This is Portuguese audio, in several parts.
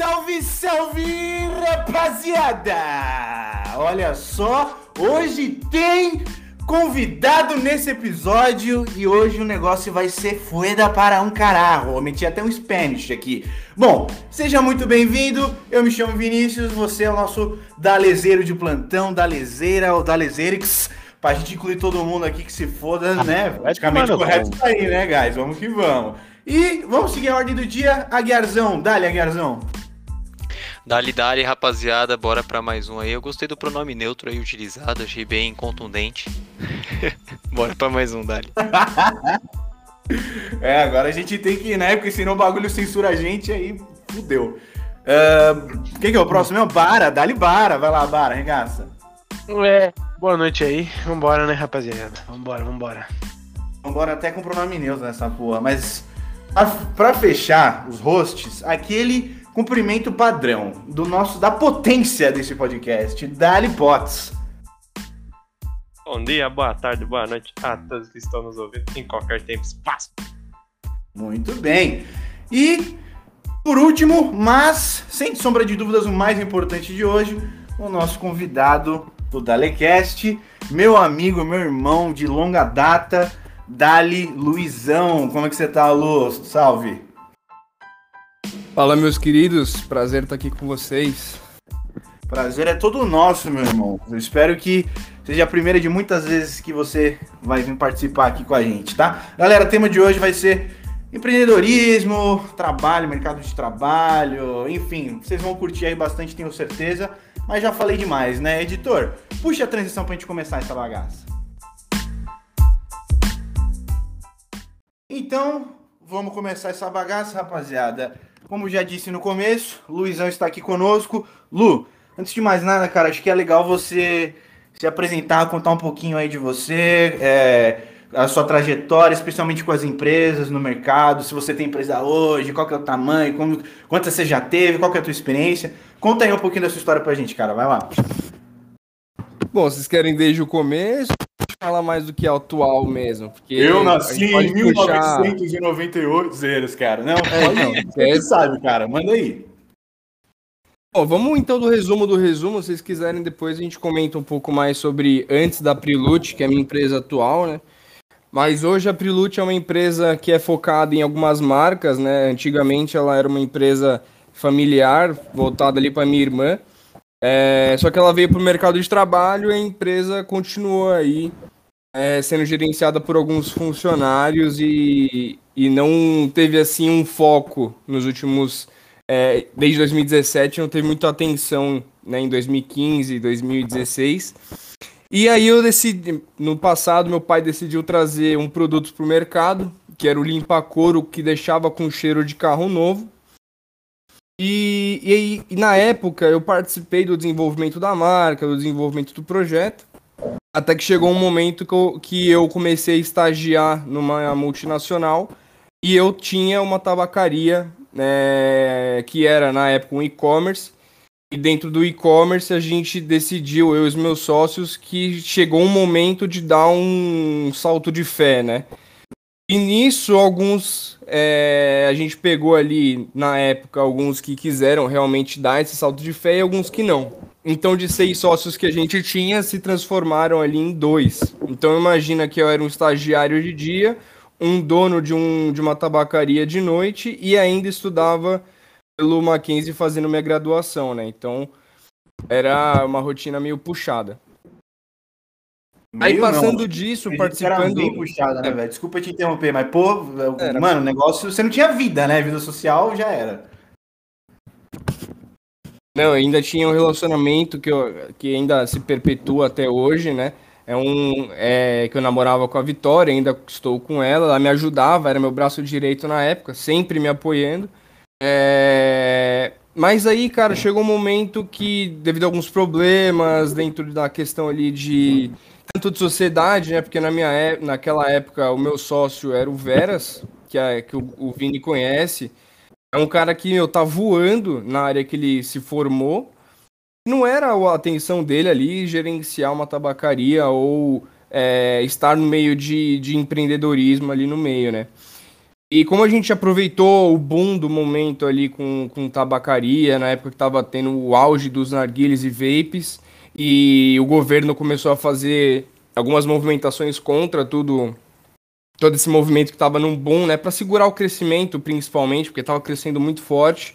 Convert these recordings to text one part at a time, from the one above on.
Salve, salve, rapaziada! Olha só, hoje tem convidado nesse episódio e hoje o negócio vai ser fueda para um caralho. Eu meti até um Spanish aqui. Bom, seja muito bem-vindo, eu me chamo Vinícius, você é o nosso dalezeiro de plantão, dalezeira ou dalezeirix, pra gente incluir todo mundo aqui que se foda, né? Praticamente correto isso aí, né, guys? Vamos que vamos. E vamos seguir a ordem do dia, Aguiarzão, dale, Aguiarzão. Dali, rapaziada, bora pra mais um aí. Eu gostei do pronome neutro aí utilizado, achei bem contundente. Bora pra mais um, Dali. Agora a gente tem que, né, porque senão o bagulho censura a gente, aí fudeu. Quem que é o próximo? É o Bara, Dali Bara, vai lá, Bara, regaça. Boa noite aí, vambora, né, rapaziada, vambora. Vambora até com pronome neutro nessa porra, mas pra fechar os hosts, aquele cumprimento padrão da potência desse podcast, Dali Potts. Bom dia, boa tarde, boa noite a todos que estão nos ouvindo em qualquer tempo e espaço. Muito bem. E, por último, mas sem sombra de dúvidas, o mais importante de hoje, o nosso convidado do Dalecast, meu amigo, meu irmão de longa data, Dali Luizão. Como é que você tá, Lu? Salve! Fala, meus queridos, prazer estar aqui com vocês. Prazer é todo nosso, meu irmão. Eu espero que seja a primeira de muitas vezes que você vai vir participar aqui com a gente, tá? Galera, o tema de hoje vai ser empreendedorismo, trabalho, mercado de trabalho, enfim, vocês vão curtir aí bastante, tenho certeza, mas já falei demais, né? Editor, puxa a transição pra gente começar essa bagaça. Então, vamos começar essa bagaça, rapaziada. Como já disse no começo, Luizão está aqui conosco. Lu, antes de mais nada, cara, acho que é legal você se apresentar, contar um pouquinho aí de você, a sua trajetória, especialmente com as empresas no mercado, se você tem empresa hoje, qual que é o tamanho, quantas você já teve, qual que é a tua experiência. Conta aí um pouquinho da sua história pra gente, cara, vai lá. Bom, vocês querem desde o começo? Falar mais do que é atual mesmo, porque eu nasci em 1998, zeros, cara. Não, você sabe, cara, manda aí. Bom, vamos então do resumo. Se vocês quiserem, depois a gente comenta um pouco mais sobre antes da Prilute, que é a minha empresa atual, né? Mas hoje a Prilute é uma empresa que é focada em algumas marcas, né? Antigamente ela era uma empresa familiar, voltada ali para minha irmã. Só que ela veio para o mercado de trabalho e a empresa continuou aí sendo gerenciada por alguns funcionários e não teve assim um foco nos últimos... desde 2017 não teve muita atenção, né, em 2015, 2016. E aí no passado, meu pai decidiu trazer um produto para o mercado, que era o limpa-couro, que deixava com cheiro de carro novo. E na época eu participei do desenvolvimento da marca, do desenvolvimento do projeto, até que chegou um momento que eu comecei a estagiar numa multinacional e eu tinha uma tabacaria, que era na época um e-commerce, e dentro do e-commerce a gente decidiu, eu e os meus sócios, que chegou um momento de dar um salto de fé, né? E nisso, a gente pegou ali, na época, alguns que quiseram realmente dar esse salto de fé e alguns que não. Então, de 6 sócios que a gente tinha, se transformaram ali em 2. Então, imagina que eu era um estagiário de dia, um dono de uma tabacaria de noite e ainda estudava pelo Mackenzie fazendo minha graduação, né? Então, era uma rotina meio puxada. Aí passando disso, participando... Era bem puxada, né, velho? Desculpa te interromper, mas, pô, mano, o negócio... Você não tinha vida, né? Vida social já era. Não, ainda tinha um relacionamento que ainda se perpetua até hoje, né? Que eu namorava com a Vitória, ainda estou com ela me ajudava, era meu braço direito na época, sempre me apoiando. Mas aí, cara, chegou um momento que, devido a alguns problemas dentro da questão ali tanto de sociedade, né? Porque naquela época o meu sócio era o Veras, que o Vini conhece. É um cara que tá voando na área que ele se formou. Não era a atenção dele ali gerenciar uma tabacaria ou estar no meio de empreendedorismo ali no meio, né? E como a gente aproveitou o boom do momento ali com tabacaria, na época que estava tendo o auge dos narguilés e vapes, e o governo começou a fazer algumas movimentações contra todo esse movimento que estava num boom, né, para segurar o crescimento, principalmente, porque estava crescendo muito forte,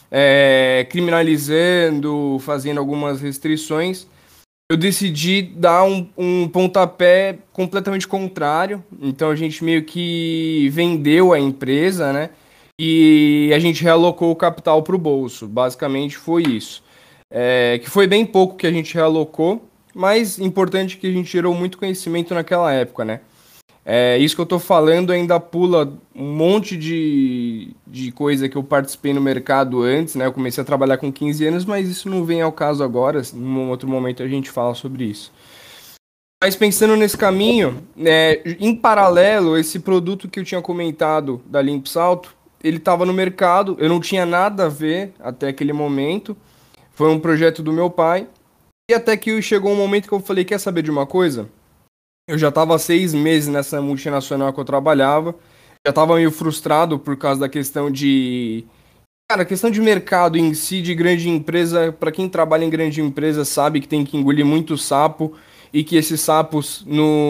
criminalizando, fazendo algumas restrições. Eu decidi dar um pontapé completamente contrário. Então a gente meio que vendeu a empresa, né? E a gente realocou o capital para o bolso. Basicamente foi isso. Que foi bem pouco que a gente realocou, mas importante que a gente gerou muito conhecimento naquela época, né? Isso que eu tô falando ainda pula um monte de coisa que eu participei no mercado antes, né? Eu comecei a trabalhar com 15 anos, mas isso não vem ao caso agora. Num outro momento a gente fala sobre isso. Mas pensando nesse caminho, em paralelo, esse produto que eu tinha comentado da Limp Salto, ele estava no mercado, eu não tinha nada a ver até aquele momento. Foi um projeto do meu pai. E até que chegou um momento que eu falei, quer saber de uma coisa? Eu já estava 6 meses nessa multinacional que eu trabalhava, já estava meio frustrado por causa da questão de... Cara, a questão de mercado em si, de grande empresa, para quem trabalha em grande empresa sabe que tem que engolir muito sapo e que esses sapos,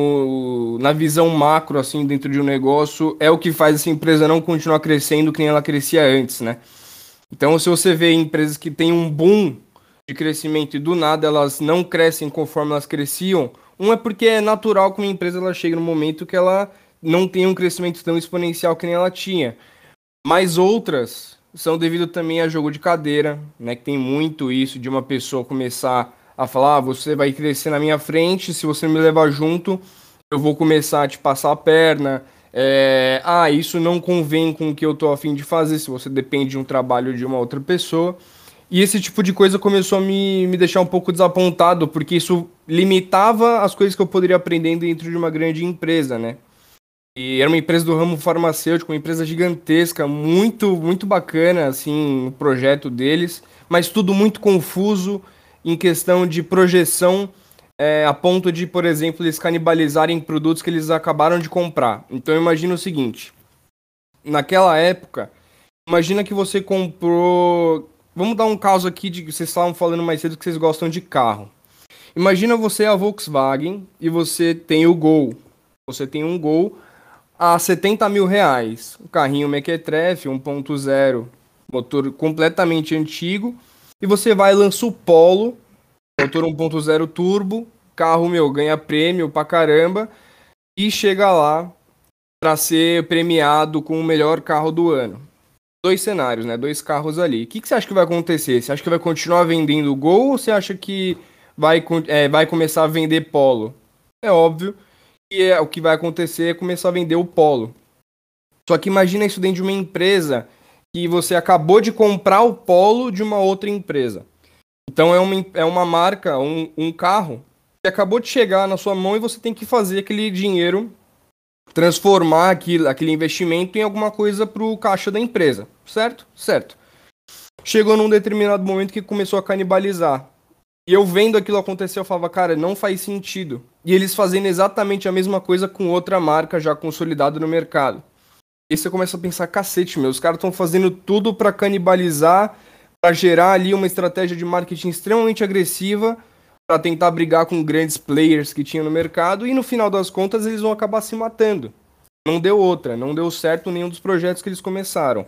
na visão macro, assim, dentro de um negócio, é o que faz essa empresa não continuar crescendo que nem ela crescia antes, né? Então, se você vê empresas que têm um boom de crescimento e do nada elas não crescem conforme elas cresciam, é porque é natural que uma empresa ela chegue no momento que ela não tem um crescimento tão exponencial que nem ela tinha. Mas outras são devido também a jogo de cadeira, né? Que tem muito isso de uma pessoa começar a falar, você vai crescer na minha frente, se você me levar junto, eu vou começar a te passar a perna. Isso não convém com o que eu tô a fim de fazer, se você depende de um trabalho de uma outra pessoa. E esse tipo de coisa começou a me deixar um pouco desapontado, porque isso limitava as coisas que eu poderia aprender dentro de uma grande empresa, né? E era uma empresa do ramo farmacêutico, uma empresa gigantesca, muito, muito bacana, assim, o projeto deles, mas tudo muito confuso em questão de projeção, a ponto de, por exemplo, eles canibalizarem produtos que eles acabaram de comprar. Então imagina o seguinte, naquela época, imagina que você comprou... Vamos dar um caso aqui de que vocês estavam falando mais cedo que vocês gostam de carro. Imagina você a Volkswagen e você tem o Gol. Você tem um Gol a 70 mil reais. Um carrinho mequetrefe, 1.0, motor completamente antigo. E você vai e lança o Polo, motor 1.0 turbo. Carro, ganha prêmio pra caramba. E chega lá para ser premiado com o melhor carro do ano. 2 cenários, né? 2 carros ali. O que você acha que vai acontecer? Você acha que vai continuar vendendo Gol ou você acha que vai começar a vender Polo? É óbvio que o que vai acontecer é começar a vender o Polo. Só que imagina isso dentro de uma empresa que você acabou de comprar o Polo de uma outra empresa. Então é uma marca, um carro que acabou de chegar na sua mão e você tem que fazer aquele dinheiro, transformar aquele investimento em alguma coisa para o caixa da empresa, certo? Certo. Chegou num determinado momento que começou a canibalizar. E eu vendo aquilo acontecer, eu falava, cara, não faz sentido. E eles fazendo exatamente a mesma coisa com outra marca já consolidada no mercado. E você começa a pensar, cacete, os caras estão fazendo tudo para canibalizar, para gerar ali uma estratégia de marketing extremamente agressiva, para tentar brigar com grandes players que tinha no mercado, e no final das contas eles vão acabar se matando. Não deu outra, não deu certo nenhum dos projetos que eles começaram.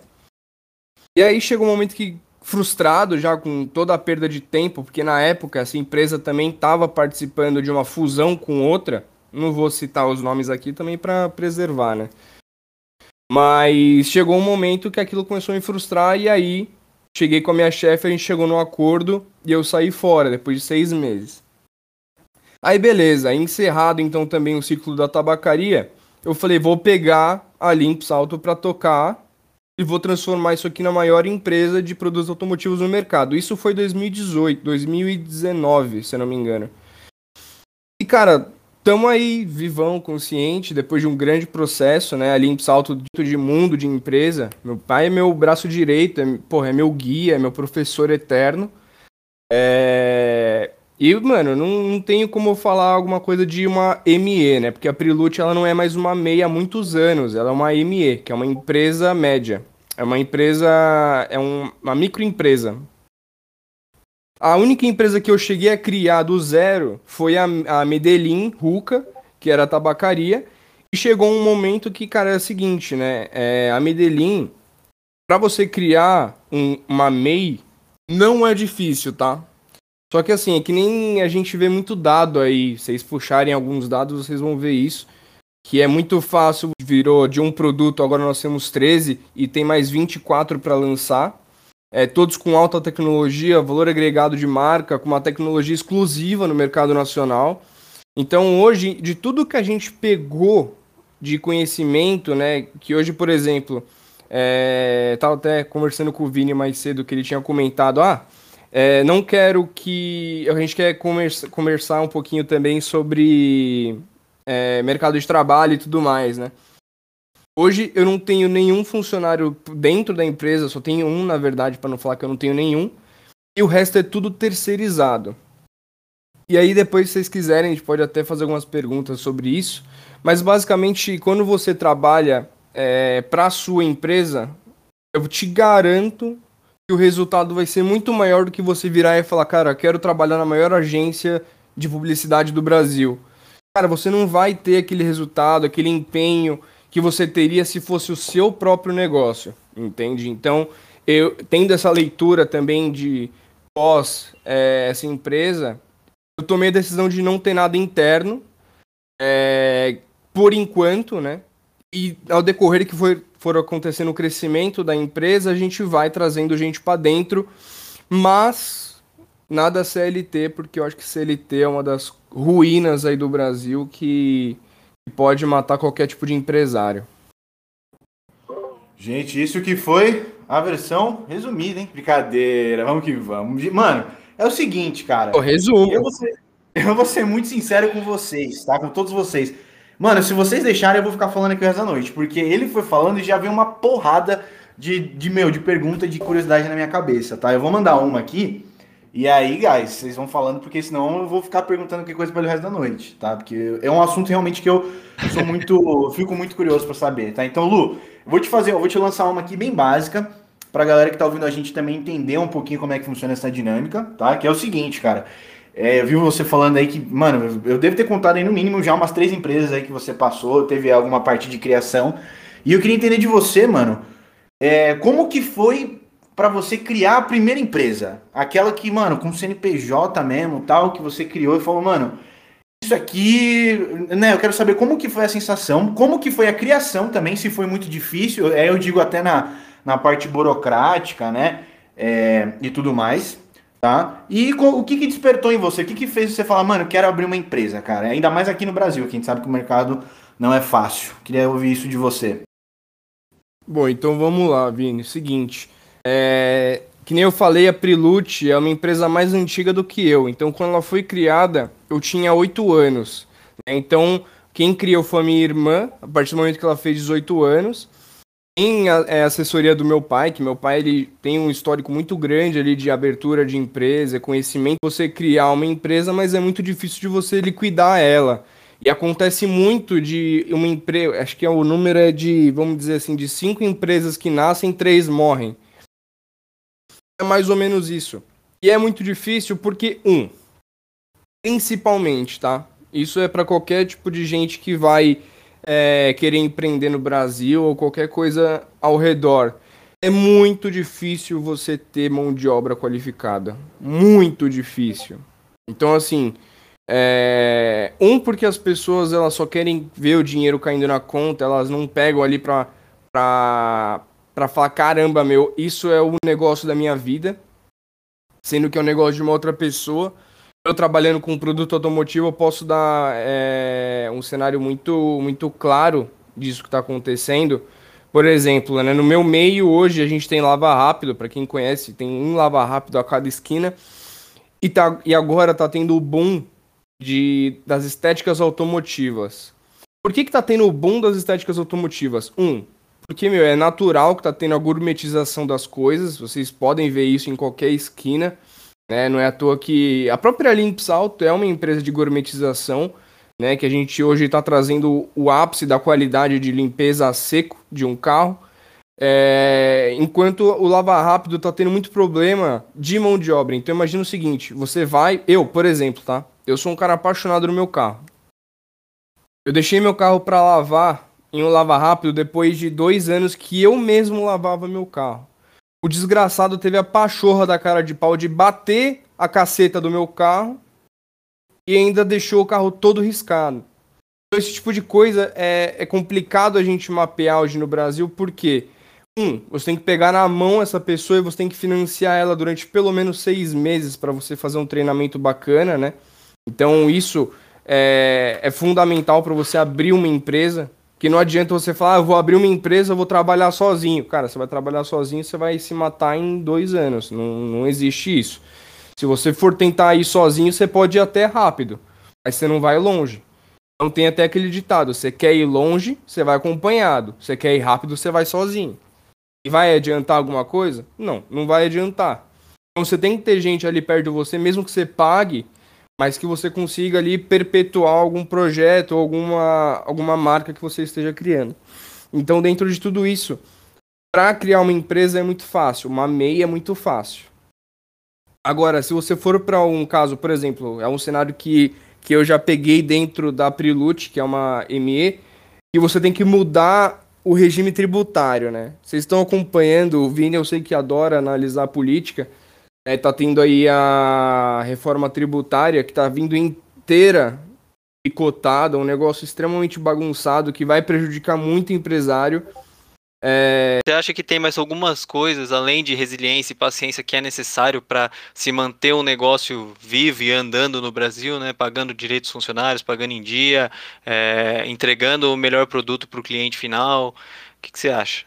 E aí chegou um momento que, frustrado já com toda a perda de tempo, porque na época essa empresa também estava participando de uma fusão com outra, não vou citar os nomes aqui também para preservar, né? Mas chegou um momento que aquilo começou a me frustrar e aí cheguei com a minha chefe, a gente chegou num acordo e eu saí fora, depois de 6 meses. Aí beleza, encerrado então também o ciclo da tabacaria, eu falei, vou pegar a Limp Salto para tocar e vou transformar isso aqui na maior empresa de produtos automotivos no mercado. Isso foi 2019, se eu não me engano. E cara, tamo aí, vivão, consciente, depois de um grande processo, né? A Limp Salto de mundo, de empresa. Meu pai é meu braço direito, é meu guia, é meu professor eterno. E, mano, não tenho como falar alguma coisa de uma ME, né? Porque a Prelude, ela não é mais uma MEI há muitos anos. Ela é uma ME, que é uma empresa média. É uma empresa... uma microempresa. A única empresa que eu cheguei a criar do zero foi a Medellín Ruca, que era a tabacaria. E chegou um momento que, cara, é o seguinte, né? A Medellín, pra você criar uma MEI, não é difícil, tá? Só que assim, é que nem a gente vê muito dado aí, vocês puxarem alguns dados, vocês vão ver isso, que é muito fácil, virou de um produto, agora nós temos 13 e tem mais 24 para lançar, todos com alta tecnologia, valor agregado de marca, com uma tecnologia exclusiva no mercado nacional. Então hoje, de tudo que a gente pegou de conhecimento, né, que hoje, por exemplo, estava até conversando com o Vini mais cedo, que ele tinha comentado, não quero que... A gente quer conversar um pouquinho também sobre mercado de trabalho e tudo mais, né? Hoje eu não tenho nenhum funcionário dentro da empresa, só tenho um, na verdade, para não falar que eu não tenho nenhum. E o resto é tudo terceirizado. E aí depois, se vocês quiserem, a gente pode até fazer algumas perguntas sobre isso. Mas basicamente, quando você trabalha para a sua empresa, eu te garanto que o resultado vai ser muito maior do que você virar e falar, cara, quero trabalhar na maior agência de publicidade do Brasil. Cara, você não vai ter aquele resultado, aquele empenho que você teria se fosse o seu próprio negócio, entende? Então, eu tendo essa leitura também de pós essa empresa, eu tomei a decisão de não ter nada interno, por enquanto, né? E ao decorrer que for acontecendo o crescimento da empresa, a gente vai trazendo gente para dentro, mas nada CLT, porque eu acho que CLT é uma das ruínas aí do Brasil que pode matar qualquer tipo de empresário. Gente, isso que foi a versão resumida, hein? Brincadeira, vamos que vamos. Mano, é o seguinte, cara. Resumo. Eu vou ser muito sincero com vocês, tá? Com todos vocês. Mano, se vocês deixarem, eu vou ficar falando aqui o resto da noite. Porque ele foi falando e já veio uma porrada de pergunta e de curiosidade na minha cabeça, tá? Eu vou mandar uma aqui. E aí, guys, vocês vão falando, porque senão eu vou ficar perguntando que coisa para o resto da noite, tá? Porque é um assunto realmente que eu fico muito curioso para saber, tá? Então, Lu, eu vou te lançar uma aqui bem básica, pra galera que tá ouvindo a gente também entender um pouquinho como é que funciona essa dinâmica, tá? Que é o seguinte, cara. Eu vi você falando aí que, mano, eu devo ter contado aí no mínimo já umas 3 empresas aí que você passou, teve alguma parte de criação. E eu queria entender de você, mano, como que foi para você criar a primeira empresa? Aquela que, mano, com CNPJ mesmo, tal, que você criou e falou, mano, isso aqui, né, eu quero saber como que foi a sensação, como que foi a criação também, se foi muito difícil, eu digo até na parte burocrática, né, e tudo mais, tá? E o que despertou em você? O que fez você falar, mano, quero abrir uma empresa, cara? Ainda mais aqui no Brasil, que a gente sabe que o mercado não é fácil. Queria ouvir isso de você. Bom, então vamos lá, Vini. Seguinte, que nem eu falei, a Prelude é uma empresa mais antiga do que eu. Então, quando ela foi criada, eu tinha 8 anos. Né? Então, quem criou foi a minha irmã, a partir do momento que ela fez 18 anos. Tem a assessoria do meu pai, que meu pai ele tem um histórico muito grande ali de abertura de empresa, conhecimento. Você criar uma empresa, mas é muito difícil de você liquidar ela. E acontece muito de uma empresa, acho que o número é de, vamos dizer assim, de 5 empresas que nascem, 3 morrem. É mais ou menos isso. E é muito difícil porque, principalmente, tá? Isso é para qualquer tipo de gente que vai querer empreender no Brasil ou qualquer coisa ao redor. É muito difícil você ter mão de obra qualificada. Muito difícil. Então, assim, porque as pessoas elas só querem ver o dinheiro caindo na conta, elas não pegam ali pra falar, caramba, meu, isso é o negócio da minha vida, sendo que é um negócio de uma outra pessoa. Eu trabalhando com produto automotivo, eu posso dar um cenário muito, muito claro disso que está acontecendo. Por exemplo, né, no meu meio hoje a gente tem lava rápido, para quem conhece, tem um lava rápido a cada esquina, e agora tá tendo o boom das estéticas automotivas. Por que tá tendo o boom das estéticas automotivas? Porque, meu, é natural que tá tendo a gourmetização das coisas, vocês podem ver isso em qualquer esquina. né? Não é à toa que a própria Limps Auto é uma empresa de gourmetização, né? Que a gente hoje está trazendo o ápice da qualidade de limpeza a seco de um carro. Enquanto o Lava Rápido tá tendo muito problema de mão de obra. Então imagina o seguinte, eu, por exemplo, tá? Eu sou um cara apaixonado no meu carro. Eu deixei meu carro para lavar em um Lava Rápido depois de 2 anos que eu mesmo lavava meu carro. O desgraçado teve a pachorra da cara de pau de bater a caceta do meu carro e ainda deixou o carro todo riscado. Então, esse tipo de coisa é complicado a gente mapear hoje no Brasil, porque você tem que pegar na mão essa pessoa e você tem que financiar ela durante pelo menos 6 meses para você fazer um treinamento bacana, né? Então isso é fundamental para você abrir uma empresa, que não adianta você falar, eu vou abrir uma empresa, eu vou trabalhar sozinho. Cara, você vai trabalhar sozinho, você vai se matar em 2 anos, não existe isso. Se você for tentar ir sozinho, você pode ir até rápido, mas você não vai longe. Então tem até aquele ditado, você quer ir longe, você vai acompanhado. Você quer ir rápido, você vai sozinho. E vai adiantar alguma coisa? Não vai adiantar. Então você tem que ter gente ali perto de você, mesmo que você pague, mas que você consiga ali perpetuar algum projeto ou alguma marca que você esteja criando. Então dentro de tudo isso, para criar uma empresa é muito fácil, uma MEI é muito fácil. Agora, se você for para um caso, por exemplo, é um cenário que eu já peguei dentro da Prilute, que é uma ME, e você tem que mudar o regime tributário, né? Vocês estão acompanhando, o Vini eu sei que adora analisar a política, tá tendo aí a reforma tributária que tá vindo inteira picotada, um negócio extremamente bagunçado que vai prejudicar muito o empresário. Você acha que tem mais algumas coisas, além de resiliência e paciência, que é necessário para se manter um negócio vivo e andando no Brasil, né? Pagando direitos dos funcionários, pagando em dia, entregando o melhor produto para o cliente final? O que você acha?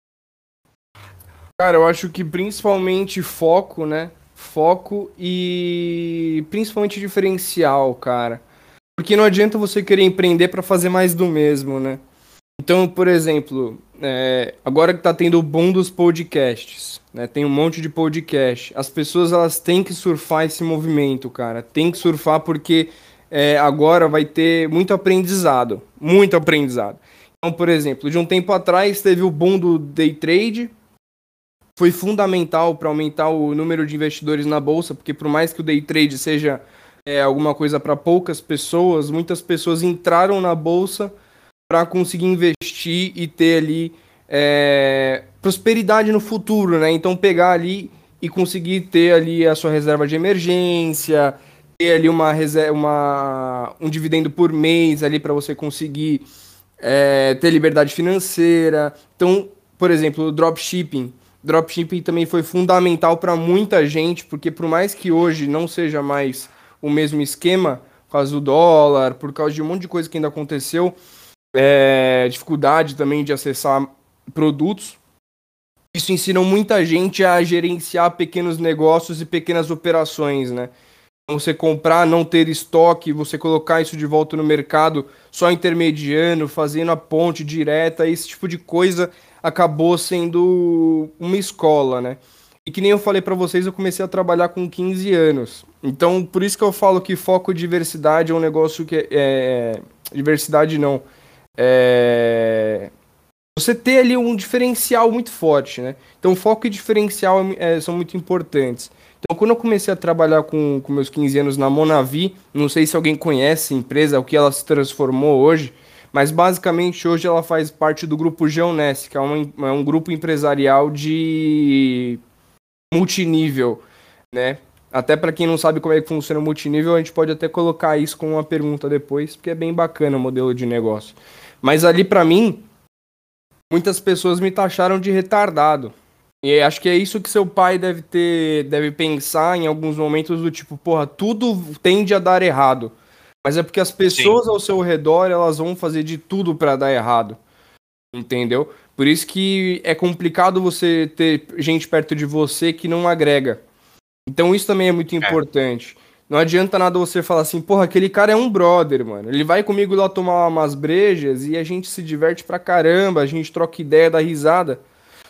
Cara, eu acho que principalmente foco, né? Foco e principalmente diferencial, cara. Porque não adianta você querer empreender para fazer mais do mesmo, né? Então, por exemplo, agora que tá tendo o boom dos podcasts, né? Tem um monte de podcast. As pessoas, elas têm que surfar esse movimento, cara. Tem que surfar porque agora vai ter muito aprendizado. Muito aprendizado. Então, por exemplo, de um tempo atrás teve o boom do day trade. Foi fundamental para aumentar o número de investidores na bolsa, porque por mais que o day trade seja alguma coisa para poucas pessoas, muitas pessoas entraram na bolsa para conseguir investir e ter ali prosperidade no futuro, né? Então pegar ali e conseguir ter ali a sua reserva de emergência, ter ali um dividendo por mês ali para você conseguir ter liberdade financeira. Então, por exemplo, o dropshipping. Dropshipping também foi fundamental para muita gente, porque por mais que hoje não seja mais o mesmo esquema, por causa do dólar, por causa de um monte de coisa que ainda aconteceu, dificuldade também de acessar produtos, isso ensina muita gente a gerenciar pequenos negócios e pequenas operações, né? Então, você comprar, não ter estoque, você colocar isso de volta no mercado, só intermediando, fazendo a ponte direta, esse tipo de coisa acabou sendo uma escola, né? E que nem eu falei para vocês, eu comecei a trabalhar com 15 anos. Então, por isso que eu falo que foco e diversidade é um negócio que diversidade não. Você ter ali um diferencial muito forte, né? Então, foco e diferencial são muito importantes. Então, quando eu comecei a trabalhar com meus 15 anos na Monavi, não sei se alguém conhece a empresa, o que ela se transformou hoje, mas basicamente hoje ela faz parte do grupo Geoness, que é um grupo empresarial de multinível, né? Até para quem não sabe como é que funciona o multinível, a gente pode até colocar isso como uma pergunta depois, porque é bem bacana o modelo de negócio. Mas ali para mim, muitas pessoas me taxaram de retardado. E acho que é isso que seu pai deve pensar em alguns momentos do tipo, porra, tudo tende a dar errado. Mas é porque as pessoas ao seu redor, elas vão fazer de tudo para dar errado. Entendeu? Por isso que é complicado você ter gente perto de você que não agrega. Então isso também é muito importante. Não adianta nada você falar assim, porra, aquele cara é um brother, mano. Ele vai comigo lá tomar umas brejas e a gente se diverte pra caramba, a gente troca ideia, dá risada.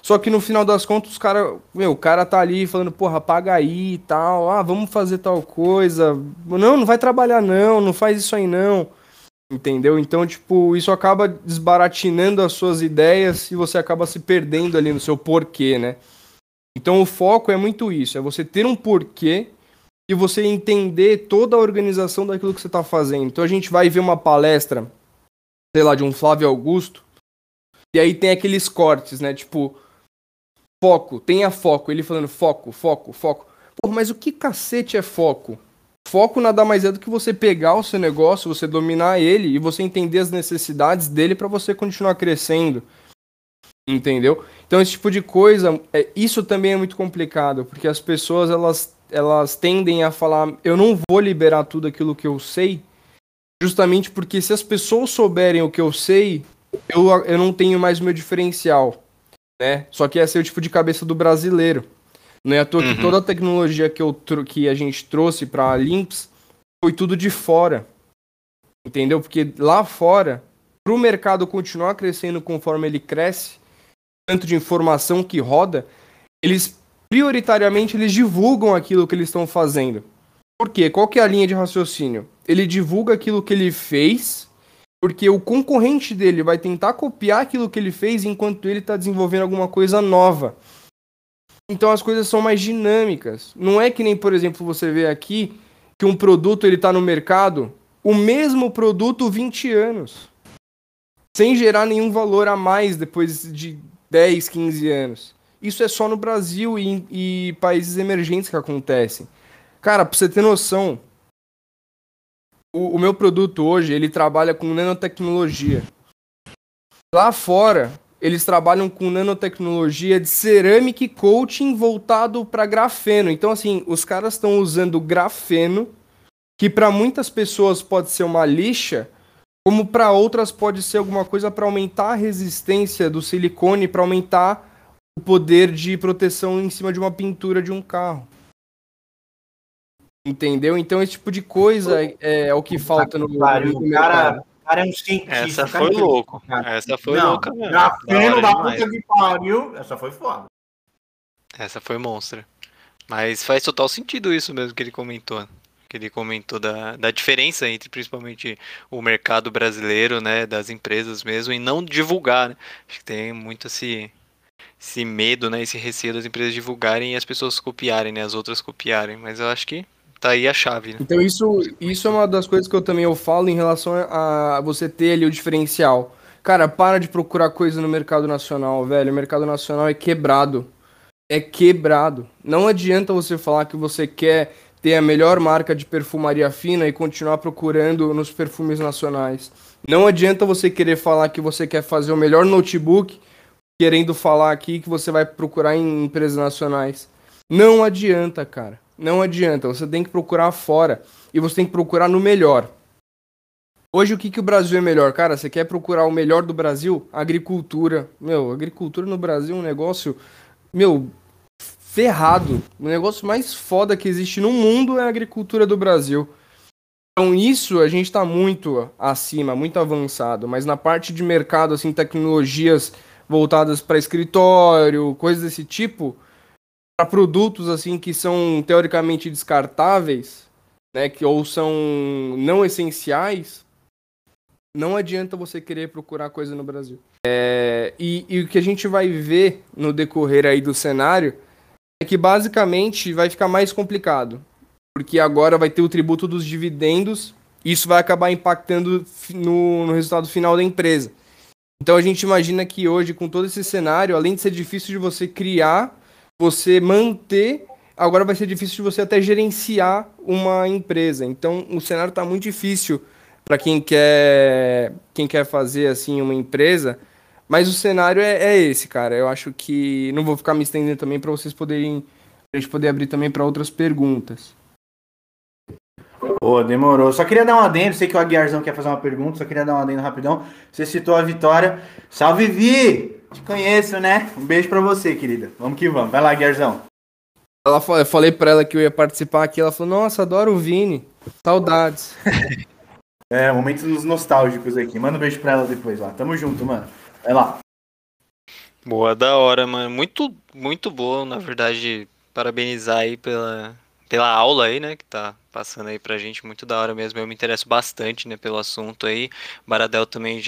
Só que no final das contas, o cara tá ali falando, porra, paga aí e tal, vamos fazer tal coisa. Não vai trabalhar não faz isso aí não. Entendeu? Então, tipo, isso acaba desbaratinando as suas ideias e você acaba se perdendo ali no seu porquê, né? Então o foco é muito isso, é você ter um porquê e você entender toda a organização daquilo que você tá fazendo. Então a gente vai ver uma palestra, sei lá, de um Flávio Augusto, e aí tem aqueles cortes, né? Tipo, foco, tenha foco. Ele falando foco. Pô, mas o que cacete é foco? Foco nada mais é do que você pegar o seu negócio, você dominar ele e você entender as necessidades dele para você continuar crescendo. Entendeu? Então esse tipo de coisa, isso também é muito complicado, porque as pessoas elas tendem a falar, eu não vou liberar tudo aquilo que eu sei, justamente porque se as pessoas souberem o que eu sei, eu não tenho mais o meu diferencial, né? Só que esse é o tipo de cabeça do brasileiro. Não é à toa que toda a tecnologia que a gente trouxe para a Lynx foi tudo de fora. Entendeu? Porque lá fora, para o mercado continuar crescendo conforme ele cresce, tanto de informação que roda, eles prioritariamente eles divulgam aquilo que eles estão fazendo. Por quê? Qual que é a linha de raciocínio? Ele divulga aquilo que ele fez, porque o concorrente dele vai tentar copiar aquilo que ele fez enquanto ele está desenvolvendo alguma coisa nova. Então as coisas são mais dinâmicas. Não é que nem, por exemplo, você vê aqui que um produto ele está no mercado, o mesmo produto 20 anos, sem gerar nenhum valor a mais depois de 10, 15 anos. Isso é só no Brasil e países emergentes que acontecem. Cara, pra você ter noção, o meu produto hoje, ele trabalha com nanotecnologia. Lá fora, eles trabalham com nanotecnologia de ceramic coating voltado para grafeno. Então, assim, os caras estão usando grafeno, que para muitas pessoas pode ser uma lixa, como para outras pode ser alguma coisa para aumentar a resistência do silicone, para aumentar o poder de proteção em cima de uma pintura de um carro. Entendeu? Então esse tipo de coisa é o que falta no mercado. O cara é um cientista. Essa foi louco. Essa foi louca mesmo. Grafeno da puta que pariu. Essa foi foda. Essa foi monstra. Mas faz total sentido isso mesmo que ele comentou. Né? Que ele comentou da diferença entre principalmente o mercado brasileiro, né, das empresas mesmo, e não divulgar. Né? Acho que tem muito esse medo, né, esse receio das empresas divulgarem e as pessoas copiarem, né, as outras copiarem. Mas eu acho que tá aí a chave, né? Então isso é uma das coisas que eu falo em relação a você ter ali o diferencial. Cara, para de procurar coisa no mercado nacional, velho. O mercado nacional é quebrado. É quebrado. Não adianta você falar que você quer ter a melhor marca de perfumaria fina e continuar procurando nos perfumes nacionais. Não adianta você querer falar que você quer fazer o melhor notebook, querendo falar aqui que você vai procurar em empresas nacionais. Não adianta, cara. Não adianta. Você tem que procurar fora. E você tem que procurar no melhor. Hoje o que o Brasil é melhor? Cara, você quer procurar o melhor do Brasil? Agricultura. Meu, agricultura no Brasil é um negócio... Meu, ferrado. O negócio mais foda que existe no mundo é a agricultura do Brasil. Então isso a gente tá muito acima, muito avançado. Mas na parte de mercado, assim, tecnologias voltadas para escritório, coisas desse tipo, para produtos assim que são teoricamente descartáveis, né, ou são não essenciais, não adianta você querer procurar coisa no Brasil. E o que a gente vai ver no decorrer aí do cenário é que basicamente vai ficar mais complicado, porque agora vai ter o tributo dos dividendos e isso vai acabar impactando no resultado final da empresa. Então a gente imagina que hoje, com todo esse cenário, além de ser difícil de você criar, você manter, agora vai ser difícil de você até gerenciar uma empresa. Então o cenário está muito difícil para quem quer fazer assim uma empresa, mas o cenário é esse, cara. Eu acho que não vou ficar me estendendo também para vocês poderem, a gente poder abrir também para outras perguntas. Pô, demorou. Só queria dar um adendo, sei que o Aguiarzão quer fazer uma pergunta, só queria dar um adendo rapidão. Você citou a Vitória. Salve, Vi! Te conheço, né? Um beijo pra você, querida. Vamos que vamos. Vai lá, Aguiarzão. Eu falei pra ela que eu ia participar aqui, ela falou, nossa, adoro o Vini. Saudades. Momentos nostálgicos aqui. Manda um beijo pra ela depois lá. Tamo junto, mano. Vai lá. Boa, da hora, mano. Muito, muito boa, na verdade. Parabenizar aí pela aula aí, né, que tá passando aí pra gente. Muito da hora mesmo. Eu me interesso bastante, né, pelo assunto aí. Baradel também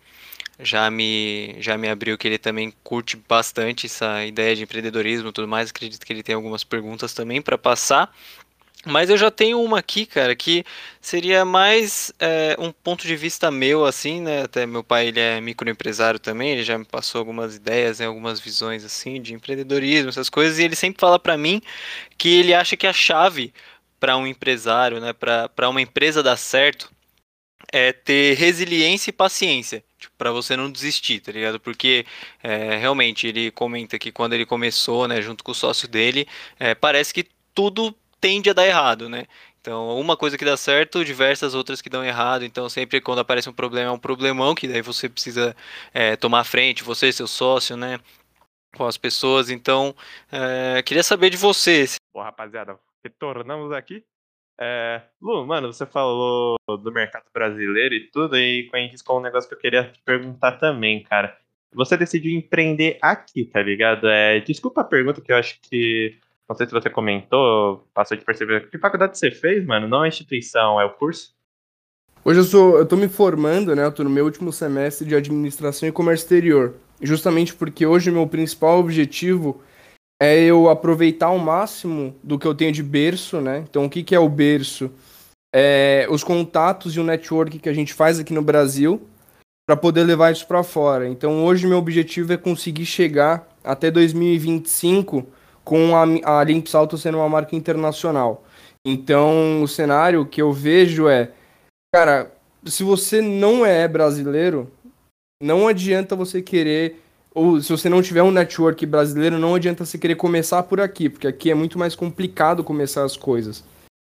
já me abriu que ele também curte bastante essa ideia de empreendedorismo e tudo mais. Acredito que ele tem algumas perguntas também para passar. Mas eu já tenho uma aqui, cara, que seria mais um ponto de vista meu, assim, né? Até meu pai, ele é microempresário também, ele já me passou algumas ideias, né, algumas visões, assim, de empreendedorismo, essas coisas, e ele sempre fala pra mim que ele acha que a chave para um empresário, né, para uma empresa dar certo, é ter resiliência e paciência, tipo, para você não desistir, tá ligado? Porque realmente ele comenta que quando ele começou, né, junto com o sócio dele, parece que tudo tende a dar errado, né? Então, uma coisa que dá certo, diversas outras que dão errado. Então, sempre quando aparece um problema, é um problemão que daí você precisa tomar a frente, você, seu sócio, né? Com as pessoas. Então, queria saber de você. Bom, rapaziada, retornamos aqui. Lu, mano, você falou do mercado brasileiro e tudo, e com isso com um negócio que eu queria te perguntar também, cara. Você decidiu empreender aqui, tá ligado? Desculpa a pergunta que eu acho que. Não sei se você comentou, passou de perceber. Que faculdade você fez, mano? Não é instituição, é o curso? Hoje eu tô me formando, né? Eu tô no meu último semestre de Administração e Comércio Exterior. Justamente porque hoje o meu principal objetivo é eu aproveitar ao máximo do que eu tenho de berço, né? Então, o que que é o berço? É os contatos e o network que a gente faz aqui no Brasil para poder levar isso para fora. Então, hoje meu objetivo é conseguir chegar até 2025 com a Limps Auto sendo uma marca internacional. Então, o cenário que eu vejo cara, se você não é brasileiro, não adianta você querer, ou se você não tiver um network brasileiro, não adianta você querer começar por aqui, porque aqui é muito mais complicado começar as coisas.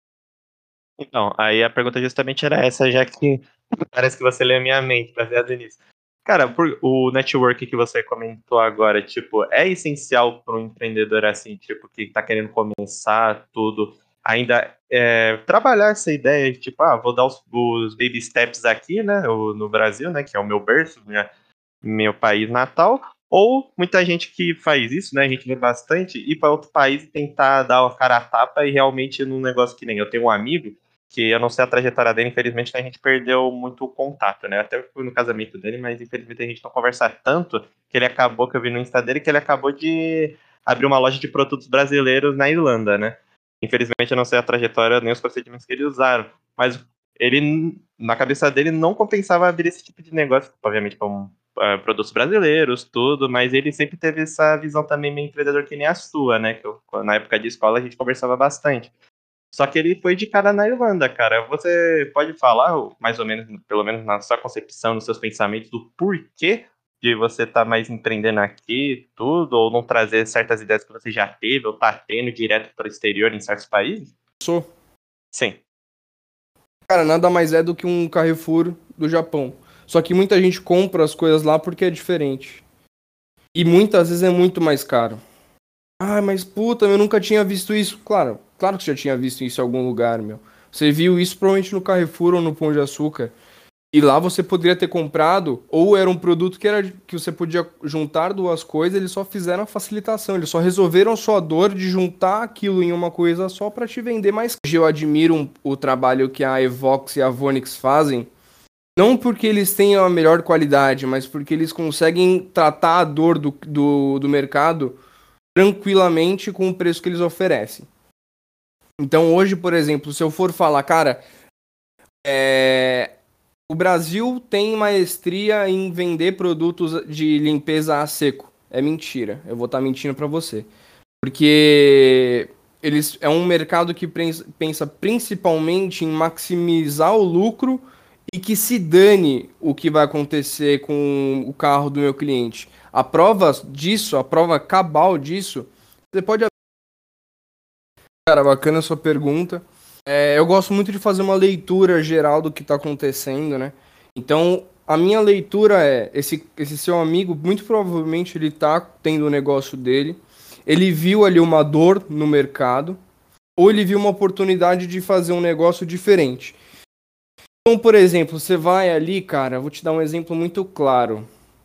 Então, aí a pergunta justamente era essa, já que parece que você lê a minha mente, baseado nisso. Cara, o network que você comentou agora, tipo, é essencial para um empreendedor assim, tipo, que tá querendo começar tudo, ainda trabalhar essa ideia de, tipo, vou dar os baby steps aqui, né, no Brasil, né, que é o meu berço, meu país natal, ou muita gente que faz isso, né, a gente vê bastante, ir para outro país e tentar dar a cara a tapa e realmente num negócio que nem eu tenho um amigo que eu não sei a trajetória dele, infelizmente a gente perdeu muito o contato, né? Até fui no casamento dele, mas infelizmente a gente não conversa tanto que ele acabou, que eu vi no Insta dele, que ele acabou de abrir uma loja de produtos brasileiros na Irlanda, né? Infelizmente eu não sei a trajetória nem os procedimentos que eles usaram, mas ele, na cabeça dele, não compensava abrir esse tipo de negócio, obviamente com produtos brasileiros, tudo, mas ele sempre teve essa visão também meio empreendedor que nem a sua, né? Que na época de escola a gente conversava bastante. Só que ele foi de cara na Irlanda, cara. Você pode falar, mais ou menos, pelo menos na sua concepção, nos seus pensamentos, do porquê de você estar mais empreendendo aqui, tudo, ou não trazer certas ideias que você já teve, ou tá tendo direto para o exterior em certos países? Sou. Sim. Cara, nada mais é do que um Carrefour do Japão. Só que muita gente compra as coisas lá porque é diferente. E muitas vezes é muito mais caro. Ah, mas puta, eu nunca tinha visto isso. Claro que você já tinha visto isso em algum lugar, meu. Você viu isso provavelmente no Carrefour ou no Pão de Açúcar. E lá você poderia ter comprado, ou era um produto que você podia juntar duas coisas, eles só fizeram a facilitação, eles só resolveram a sua dor de juntar aquilo em uma coisa só para te vender mais. Eu admiro o trabalho que a Evox e a Vonix fazem, não porque eles tenham a melhor qualidade, mas porque eles conseguem tratar a dor do mercado tranquilamente com o preço que eles oferecem. Então hoje, por exemplo, se eu for falar, cara, o Brasil tem maestria em vender produtos de limpeza a seco. É mentira, eu vou estar mentindo para você. Porque é um mercado que pensa principalmente em maximizar o lucro e que se dane o que vai acontecer com o carro do meu cliente. A prova disso, a prova cabal disso, você pode... Cara, bacana a sua pergunta. Eu gosto muito de fazer uma leitura geral do que está acontecendo, né? Então, a minha leitura esse seu amigo, muito provavelmente ele está tendo o negócio dele, ele viu ali uma dor no mercado, ou ele viu uma oportunidade de fazer um negócio diferente. Então, por exemplo, você vai ali, cara, vou te dar um exemplo muito claro.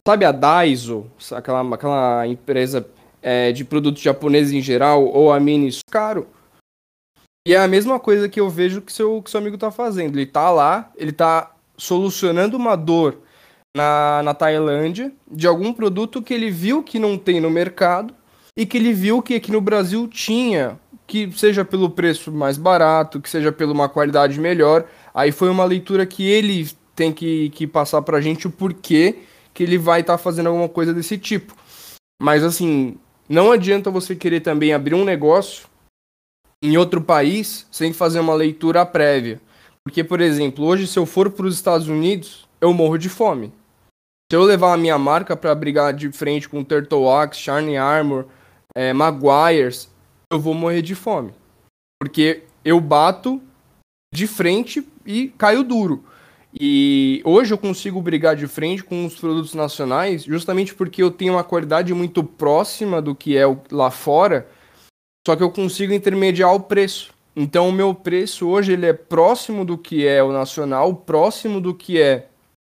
sabe a Daiso, aquela empresa de produtos japoneses em geral, ou a Mini, caro. E é a mesma coisa que eu vejo que seu amigo tá fazendo. Ele tá lá, ele tá solucionando uma dor na Tailândia de algum produto que ele viu que não tem no mercado e que ele viu que aqui no Brasil tinha, que seja pelo preço mais barato, que seja pela uma qualidade melhor. Aí foi uma leitura que ele tem que passar pra gente o porquê que ele vai estar fazendo alguma coisa desse tipo. Mas assim, não adianta você querer também abrir um negócio em outro país sem fazer uma leitura prévia. Porque, por exemplo, hoje se eu for para os Estados Unidos, eu morro de fome. Se eu levar a minha marca para brigar de frente com Turtle Wax, Shiny Armor, Maguires, eu vou morrer de fome. Porque eu bato de frente e caio duro. E hoje eu consigo brigar de frente com os produtos nacionais justamente porque eu tenho uma qualidade muito próxima do que é lá fora, só que eu consigo intermediar o preço. Então o meu preço hoje ele é próximo do que é o nacional, próximo do que é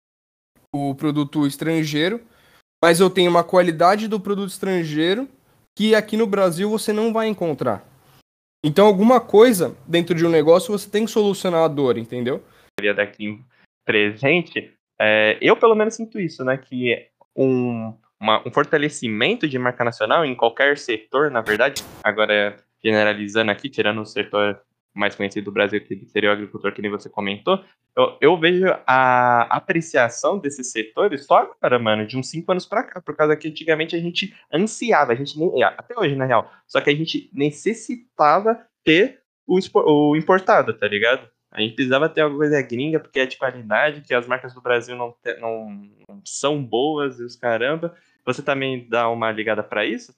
o produto estrangeiro, mas eu tenho uma qualidade do produto estrangeiro que aqui no Brasil você não vai encontrar. Então alguma coisa dentro de um negócio você tem que solucionar a dor, entendeu? Daqui presente, eu pelo menos sinto isso, né? Que um fortalecimento de marca nacional em qualquer setor, na verdade, agora generalizando aqui, tirando o setor mais conhecido do Brasil, que seria o agricultor, que nem você comentou, eu vejo a apreciação desses setores só agora, mano, de uns 5 anos pra cá, por causa que antigamente a gente ansiava, a gente até hoje, na real, só que a gente necessitava ter o importado, tá ligado? A gente precisava ter alguma coisa gringa, porque é de qualidade, que as marcas do Brasil não são boas e os caramba. Você também dá uma ligada pra isso?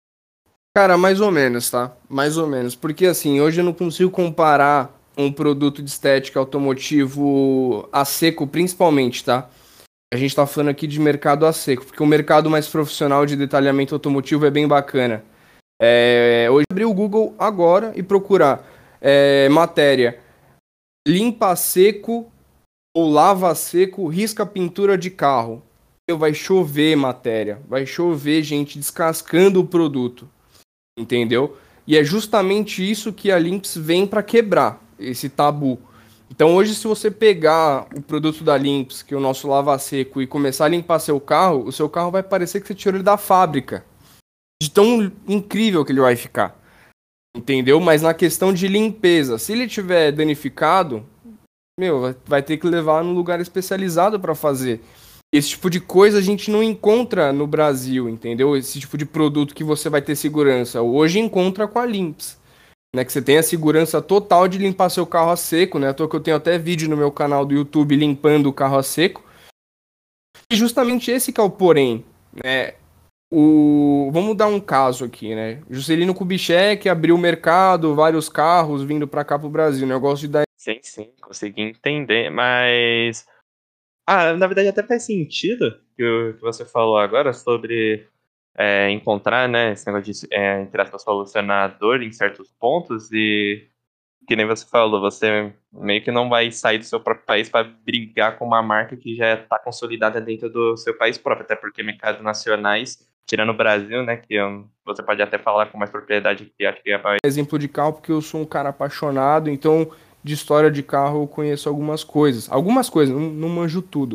Cara, mais ou menos, tá? Mais ou menos. Porque assim, hoje eu não consigo comparar um produto de estética automotivo a seco, principalmente, tá? A gente tá falando aqui de mercado a seco, porque o mercado mais profissional de detalhamento automotivo é bem bacana. Hoje abrir o Google agora e procurar matéria limpa a seco ou lava a seco, risca pintura de carro. Vai chover matéria, vai chover gente descascando o produto. Entendeu? E é justamente isso que a Lynx vem para quebrar, esse tabu. Então hoje, se você pegar o produto da Lynx, que é o nosso lava-seco, e começar a limpar seu carro, o seu carro vai parecer que você tirou ele da fábrica. De tão incrível que ele vai ficar. Entendeu? Mas na questão de limpeza, se ele tiver danificado, vai ter que levar num lugar especializado para fazer. Esse tipo de coisa a gente não encontra no Brasil, entendeu? Esse tipo de produto que você vai ter segurança. Hoje encontra com a Lynx, né? Que você tem a segurança total de limpar seu carro a seco, né? À toa que eu tenho até vídeo no meu canal do YouTube limpando o carro a seco. E justamente esse que é o porém, né? Vamos dar um caso aqui, né? Juscelino Kubitschek abriu o mercado, vários carros vindo pra cá pro Brasil. Negócio de dar... Sim, consegui entender, mas... na verdade até faz sentido o que você falou agora sobre encontrar, né, esse negócio de, entre aspas, solucionador em certos pontos e, que nem você falou, você meio que não vai sair do seu próprio país para brigar com uma marca que já está consolidada dentro do seu país próprio, até porque mercados nacionais, tirando o Brasil, né, que você pode até falar com mais propriedade, que acho que é mais... Exemplo de carro, porque eu sou um cara apaixonado, então... De história de carro eu conheço algumas coisas. Algumas coisas, não manjo tudo.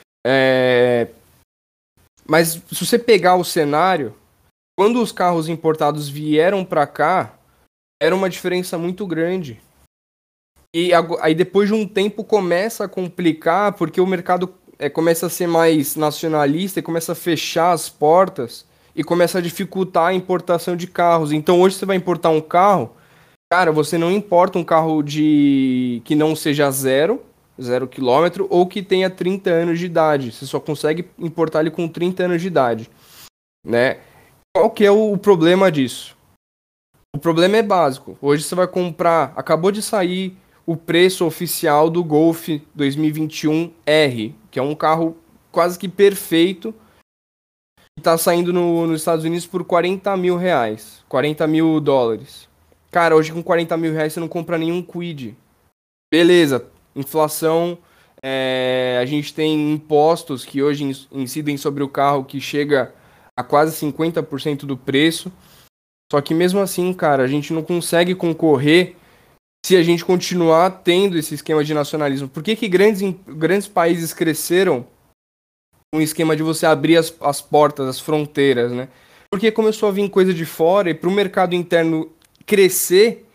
Mas se você pegar o cenário, quando os carros importados vieram para cá, era uma diferença muito grande. E aí depois de um tempo começa a complicar, porque o mercado começa a ser mais nacionalista e começa a fechar as portas e começa a dificultar a importação de carros. Então hoje você vai importar um carro... Cara, você não importa um carro que não seja zero quilômetro, ou que tenha 30 anos de idade. Você só consegue importar ele com 30 anos de idade, né? Qual que é o problema disso? O problema é básico. Hoje você vai comprar... Acabou de sair o preço oficial do Golf 2021R, que é um carro quase que perfeito. Está saindo nos Estados Unidos por 40 mil reais. 40 mil dólares. Cara, hoje com 40 mil reais você não compra nenhum Kwid. Beleza, inflação A gente tem impostos que hoje incidem sobre o carro que chega a quase 50% do preço. Só que mesmo assim, cara, a gente não consegue concorrer se a gente continuar tendo esse esquema de nacionalismo. Por que grandes países cresceram com o esquema de você abrir as portas, as fronteiras, né? Porque começou a vir coisa de fora e para o mercado interno crescer,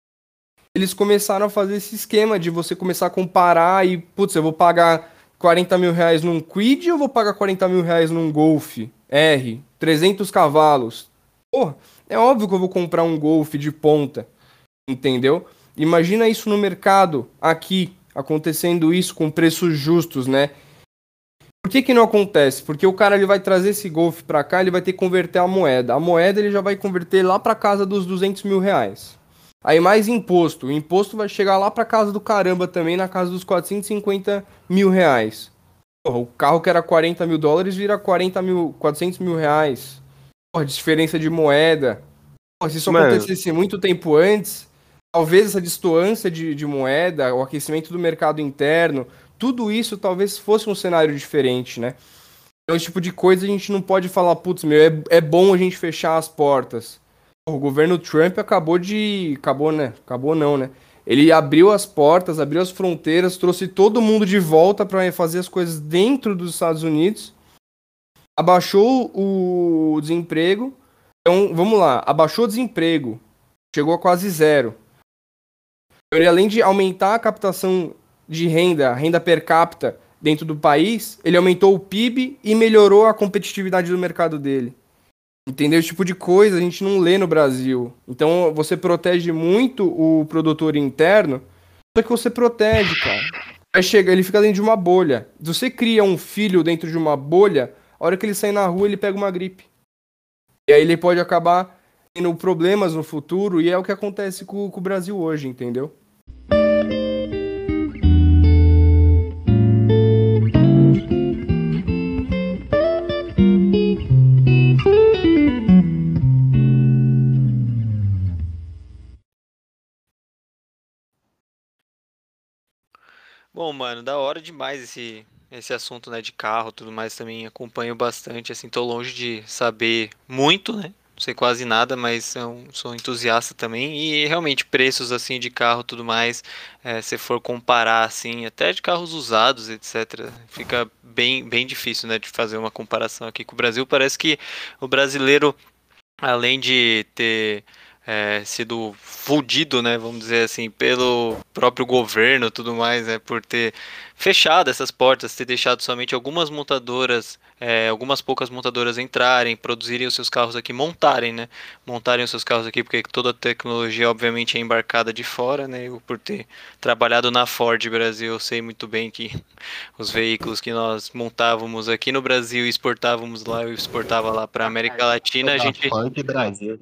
eles começaram a fazer esse esquema de você começar a comparar e, putz, eu vou pagar 40 mil reais num Kwid ou eu vou pagar 40 mil reais num Golf R, 300 cavalos? Porra, é óbvio que eu vou comprar um Golf de ponta, entendeu? Imagina isso no mercado, aqui, acontecendo isso com preços justos, né? Por que não acontece? Porque o cara ele vai trazer esse Golf pra cá, ele vai ter que converter a moeda. A moeda ele já vai converter lá pra casa dos 200 mil reais. Aí mais imposto. O imposto vai chegar lá pra casa do caramba também, na casa dos 450 mil reais. Porra, o carro que era 40 mil dólares vira 400 mil reais. Porra, diferença de moeda. Porra, se isso acontecesse muito tempo antes, talvez essa distância de moeda, o aquecimento do mercado interno, tudo isso talvez fosse um cenário diferente, né? Então, esse tipo de coisa a gente não pode falar, putz, é bom a gente fechar as portas. O governo Trump acabou, né? Acabou não, né? Ele abriu as portas, abriu as fronteiras, trouxe todo mundo de volta para fazer as coisas dentro dos Estados Unidos, abaixou o desemprego. Então, vamos lá, abaixou o desemprego, chegou a quase zero. Ele, além de aumentar a captação de renda per capita dentro do país, ele aumentou o PIB e melhorou a competitividade do mercado dele. Entendeu? Esse tipo de coisa a gente não lê no Brasil. Então você protege muito o produtor interno, só que você protege, cara. Aí chega, ele fica dentro de uma bolha. Se você cria um filho dentro de uma bolha, a hora que ele sair na rua, ele pega uma gripe. E aí ele pode acabar tendo problemas no futuro, e é o que acontece com o Brasil hoje, entendeu? Bom, mano, da hora demais esse assunto, né, de carro, tudo mais, também acompanho bastante, assim, tô longe de saber muito, né, não sei quase nada, mas sou entusiasta também, e realmente preços, assim, de carro, tudo mais, se for comparar, assim, até de carros usados, etc., fica bem difícil, né, de fazer uma comparação aqui com o Brasil. Parece que o brasileiro, além de ter sido fudido, né, vamos dizer assim, pelo próprio governo, tudo mais, né, por ter fechado essas portas, ter deixado somente algumas montadoras, algumas poucas montadoras entrarem, produzirem os seus carros aqui, montarem os seus carros aqui, porque toda a tecnologia, obviamente, é embarcada de fora, né, eu, por ter trabalhado na Ford Brasil, eu sei muito bem que os veículos que nós montávamos aqui no Brasil e exportávamos lá, eu exportava lá para América Latina, a gente... Ford Brasil.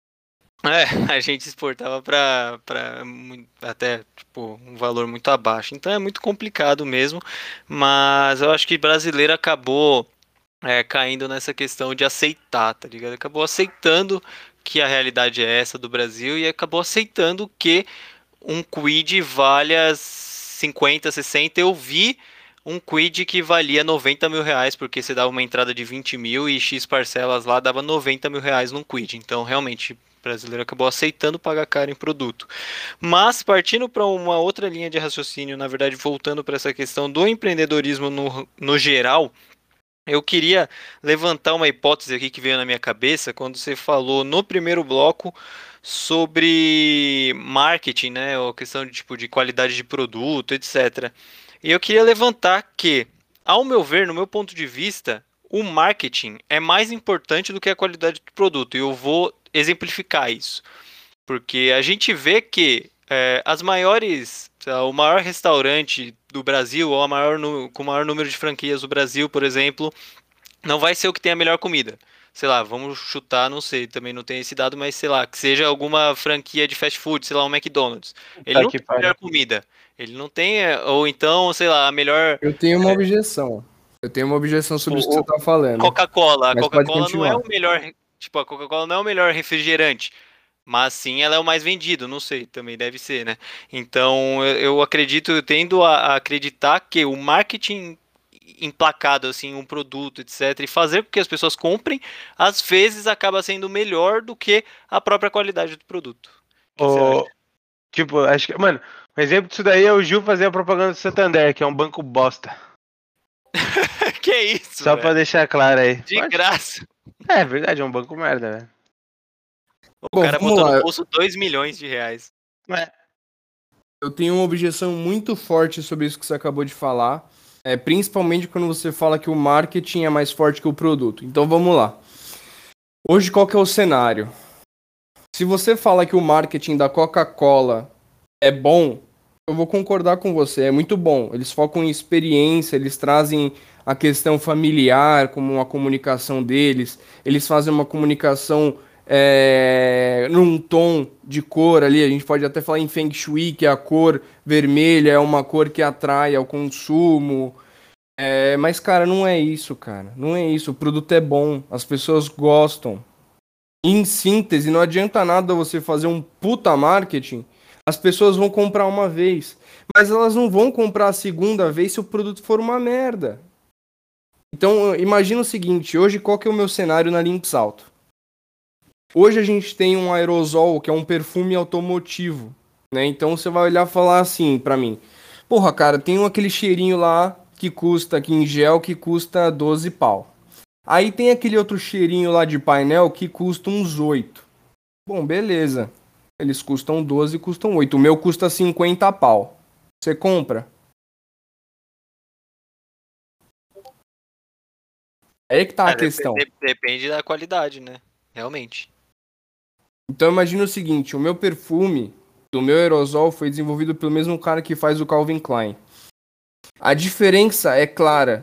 A gente exportava para até tipo, um valor muito abaixo. Então é muito complicado mesmo. Mas eu acho que brasileiro acabou caindo nessa questão de aceitar, tá ligado? Acabou aceitando que a realidade é essa do Brasil e acabou aceitando que um Kwid vale as 50, 60. Eu vi um Kwid que valia 90 mil reais, porque você dava uma entrada de 20 mil e X parcelas lá dava 90 mil reais num Kwid. Então, realmente, o brasileiro acabou aceitando pagar caro em produto. Mas, partindo para uma outra linha de raciocínio, na verdade, voltando para essa questão do empreendedorismo no geral, eu queria levantar uma hipótese aqui que veio na minha cabeça quando você falou no primeiro bloco sobre marketing, né, ou questão de tipo de qualidade de produto, etc. E eu queria levantar que, ao meu ver, no meu ponto de vista, o marketing é mais importante do que a qualidade do produto. E eu vou exemplificar isso. Porque a gente vê que o maior restaurante do Brasil, ou com o maior número de franquias do Brasil, por exemplo, não vai ser o que tem a melhor comida. Sei lá, vamos chutar, não sei, também não tem esse dado, mas sei lá, que seja alguma franquia de fast food, sei lá, um McDonald's. Ele não tem a melhor comida. Ele não tem, ou então, sei lá, a melhor... Eu tenho uma objeção. Eu tenho uma objeção sobre isso que você tá falando. Coca-Cola. A Mas Coca-Cola pode não é continuar. o melhor... Tipo, a Coca-Cola não é o melhor refrigerante. Mas sim, ela é o mais vendido, não sei, também deve ser, né? Então, eu acredito, eu tendo a acreditar que o marketing emplacado, assim, um produto, etc., e fazer com que as pessoas comprem, às vezes acaba sendo melhor do que a própria qualidade do produto. O que você acha? Ou, tipo, acho que, mano, um exemplo disso daí é o Gil fazer a propaganda do Santander, que é um banco bosta. Que isso, Só pra velho? deixar claro aí. De Pode? graça. É verdade, é um banco merda, velho. O Bom, cara vamos botou no lá. bolso 2 milhões de reais. É. Eu tenho uma objeção muito forte sobre isso que você acabou de falar, principalmente quando você fala que o marketing é mais forte que o produto. Então vamos lá. Hoje qual que é o cenário? Se você fala que o marketing da Coca-Cola é bom, eu vou concordar com você, é muito bom. Eles focam em experiência, eles trazem a questão familiar como uma comunicação deles, eles fazem uma comunicação num tom de cor ali, a gente pode até falar em Feng Shui, que a cor vermelha é uma cor que atrai ao consumo. Mas, cara, não é isso, cara. Não é isso. O produto é bom, as pessoas gostam. Em síntese, não adianta nada você fazer um puta marketing. As pessoas vão comprar uma vez, mas elas não vão comprar a segunda vez se o produto for uma merda. Então, imagina o seguinte, hoje qual que é o meu cenário na Limp Salto? Hoje a gente tem um aerosol, que é um perfume automotivo, né? Então você vai olhar e falar assim pra mim: porra, cara, tem aquele cheirinho lá que custa aqui em gel que custa 12 pau. Aí tem aquele outro cheirinho lá de painel que custa uns 8. Bom, beleza. Eles custam 12 e custam 8. O meu custa 50 pau. Você compra? É aí que tá a questão. Depende da qualidade, né? Realmente. Então imagina o seguinte, o meu perfume do meu aerosol foi desenvolvido pelo mesmo cara que faz o Calvin Klein. A diferença é clara.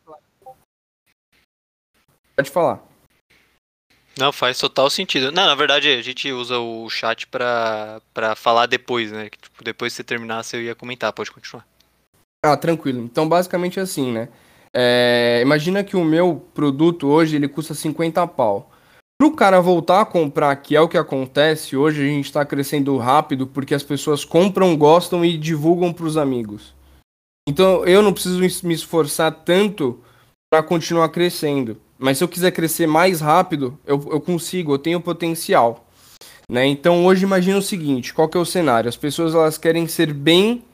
Pode falar. Não, faz total sentido. Não, na verdade, a gente usa o chat pra falar depois, né? Que, tipo, depois que você terminasse, eu ia comentar. Pode continuar. Ah, tranquilo. Então basicamente é assim, né? Imagina que o meu produto hoje ele custa 50 pau. Pro cara voltar a comprar, que é o que acontece, hoje a gente tá crescendo rápido porque as pessoas compram, gostam e divulgam pros amigos. Então eu não preciso me esforçar tanto para continuar crescendo. Mas se eu quiser crescer mais rápido, eu consigo, eu tenho potencial, né? Então hoje imagina o seguinte, qual que é o cenário? As pessoas elas querem ser bem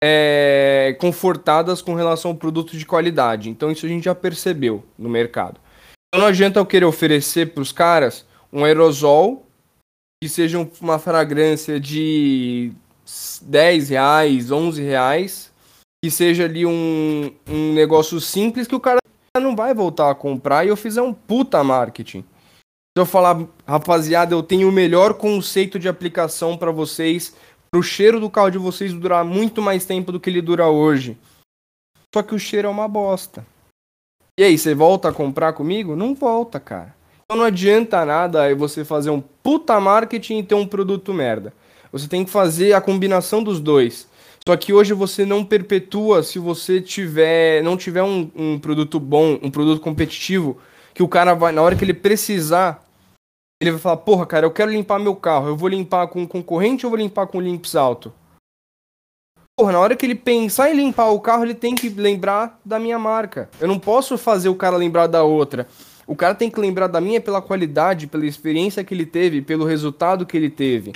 confortadas com relação ao produto de qualidade. Então isso a gente já percebeu no mercado. Então não adianta eu querer oferecer para os caras um aerosol que seja uma fragrância de R$ 10, R$ 11, que seja ali um negócio simples que o cara não vai voltar a comprar e eu fizer um puta marketing. Se eu falar, rapaziada, eu tenho o melhor conceito de aplicação para vocês, pro cheiro do carro de vocês durar muito mais tempo do que ele dura hoje. Só que o cheiro é uma bosta. E aí, você volta a comprar comigo? Não volta, cara. Então não adianta nada você fazer um puta marketing e ter um produto merda. Você tem que fazer a combinação dos dois. Só que hoje você não perpetua se você não tiver um produto bom, um produto competitivo, que o cara vai, na hora que ele precisar, ele vai falar, porra, cara, eu quero limpar meu carro, eu vou limpar com concorrente ou vou limpar com Limp Salto? Porra, na hora que ele pensar em limpar o carro, ele tem que lembrar da minha marca. Eu não posso fazer o cara lembrar da outra. O cara tem que lembrar da minha pela qualidade, pela experiência que ele teve, pelo resultado que ele teve.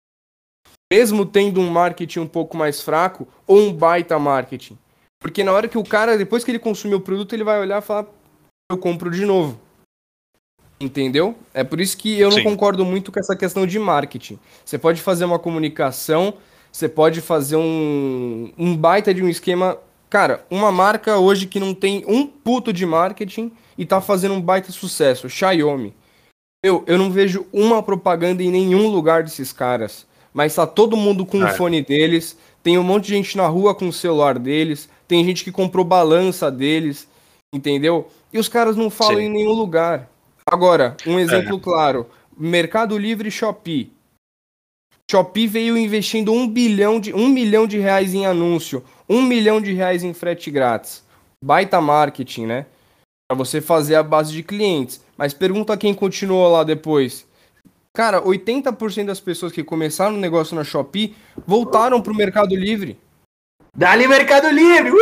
Mesmo tendo um marketing um pouco mais fraco ou um baita marketing. Porque na hora que o cara, depois que ele consumir o produto, ele vai olhar e falar, eu compro de novo. Entendeu? É por isso que eu não concordo muito com essa questão de marketing. Você pode fazer uma comunicação, você pode fazer um baita de um esquema. Cara, uma marca hoje que não tem um puto de marketing e tá fazendo um baita sucesso, Xiaomi. Eu não vejo uma propaganda em nenhum lugar desses caras. Mas tá todo mundo com o fone deles, tem um monte de gente na rua com o celular deles, tem gente que comprou balança deles, entendeu? E os caras não falam em nenhum lugar. Agora, um exemplo claro, Mercado Livre e Shopee. Shopee veio investindo 1 milhão de reais em anúncio, 1 milhão de reais em frete grátis. Baita marketing, né? Pra você fazer a base de clientes. Mas pergunta quem continuou lá depois. Cara, 80% das pessoas que começaram o negócio na Shopee voltaram pro Mercado Livre. Dá-lhe Mercado Livre!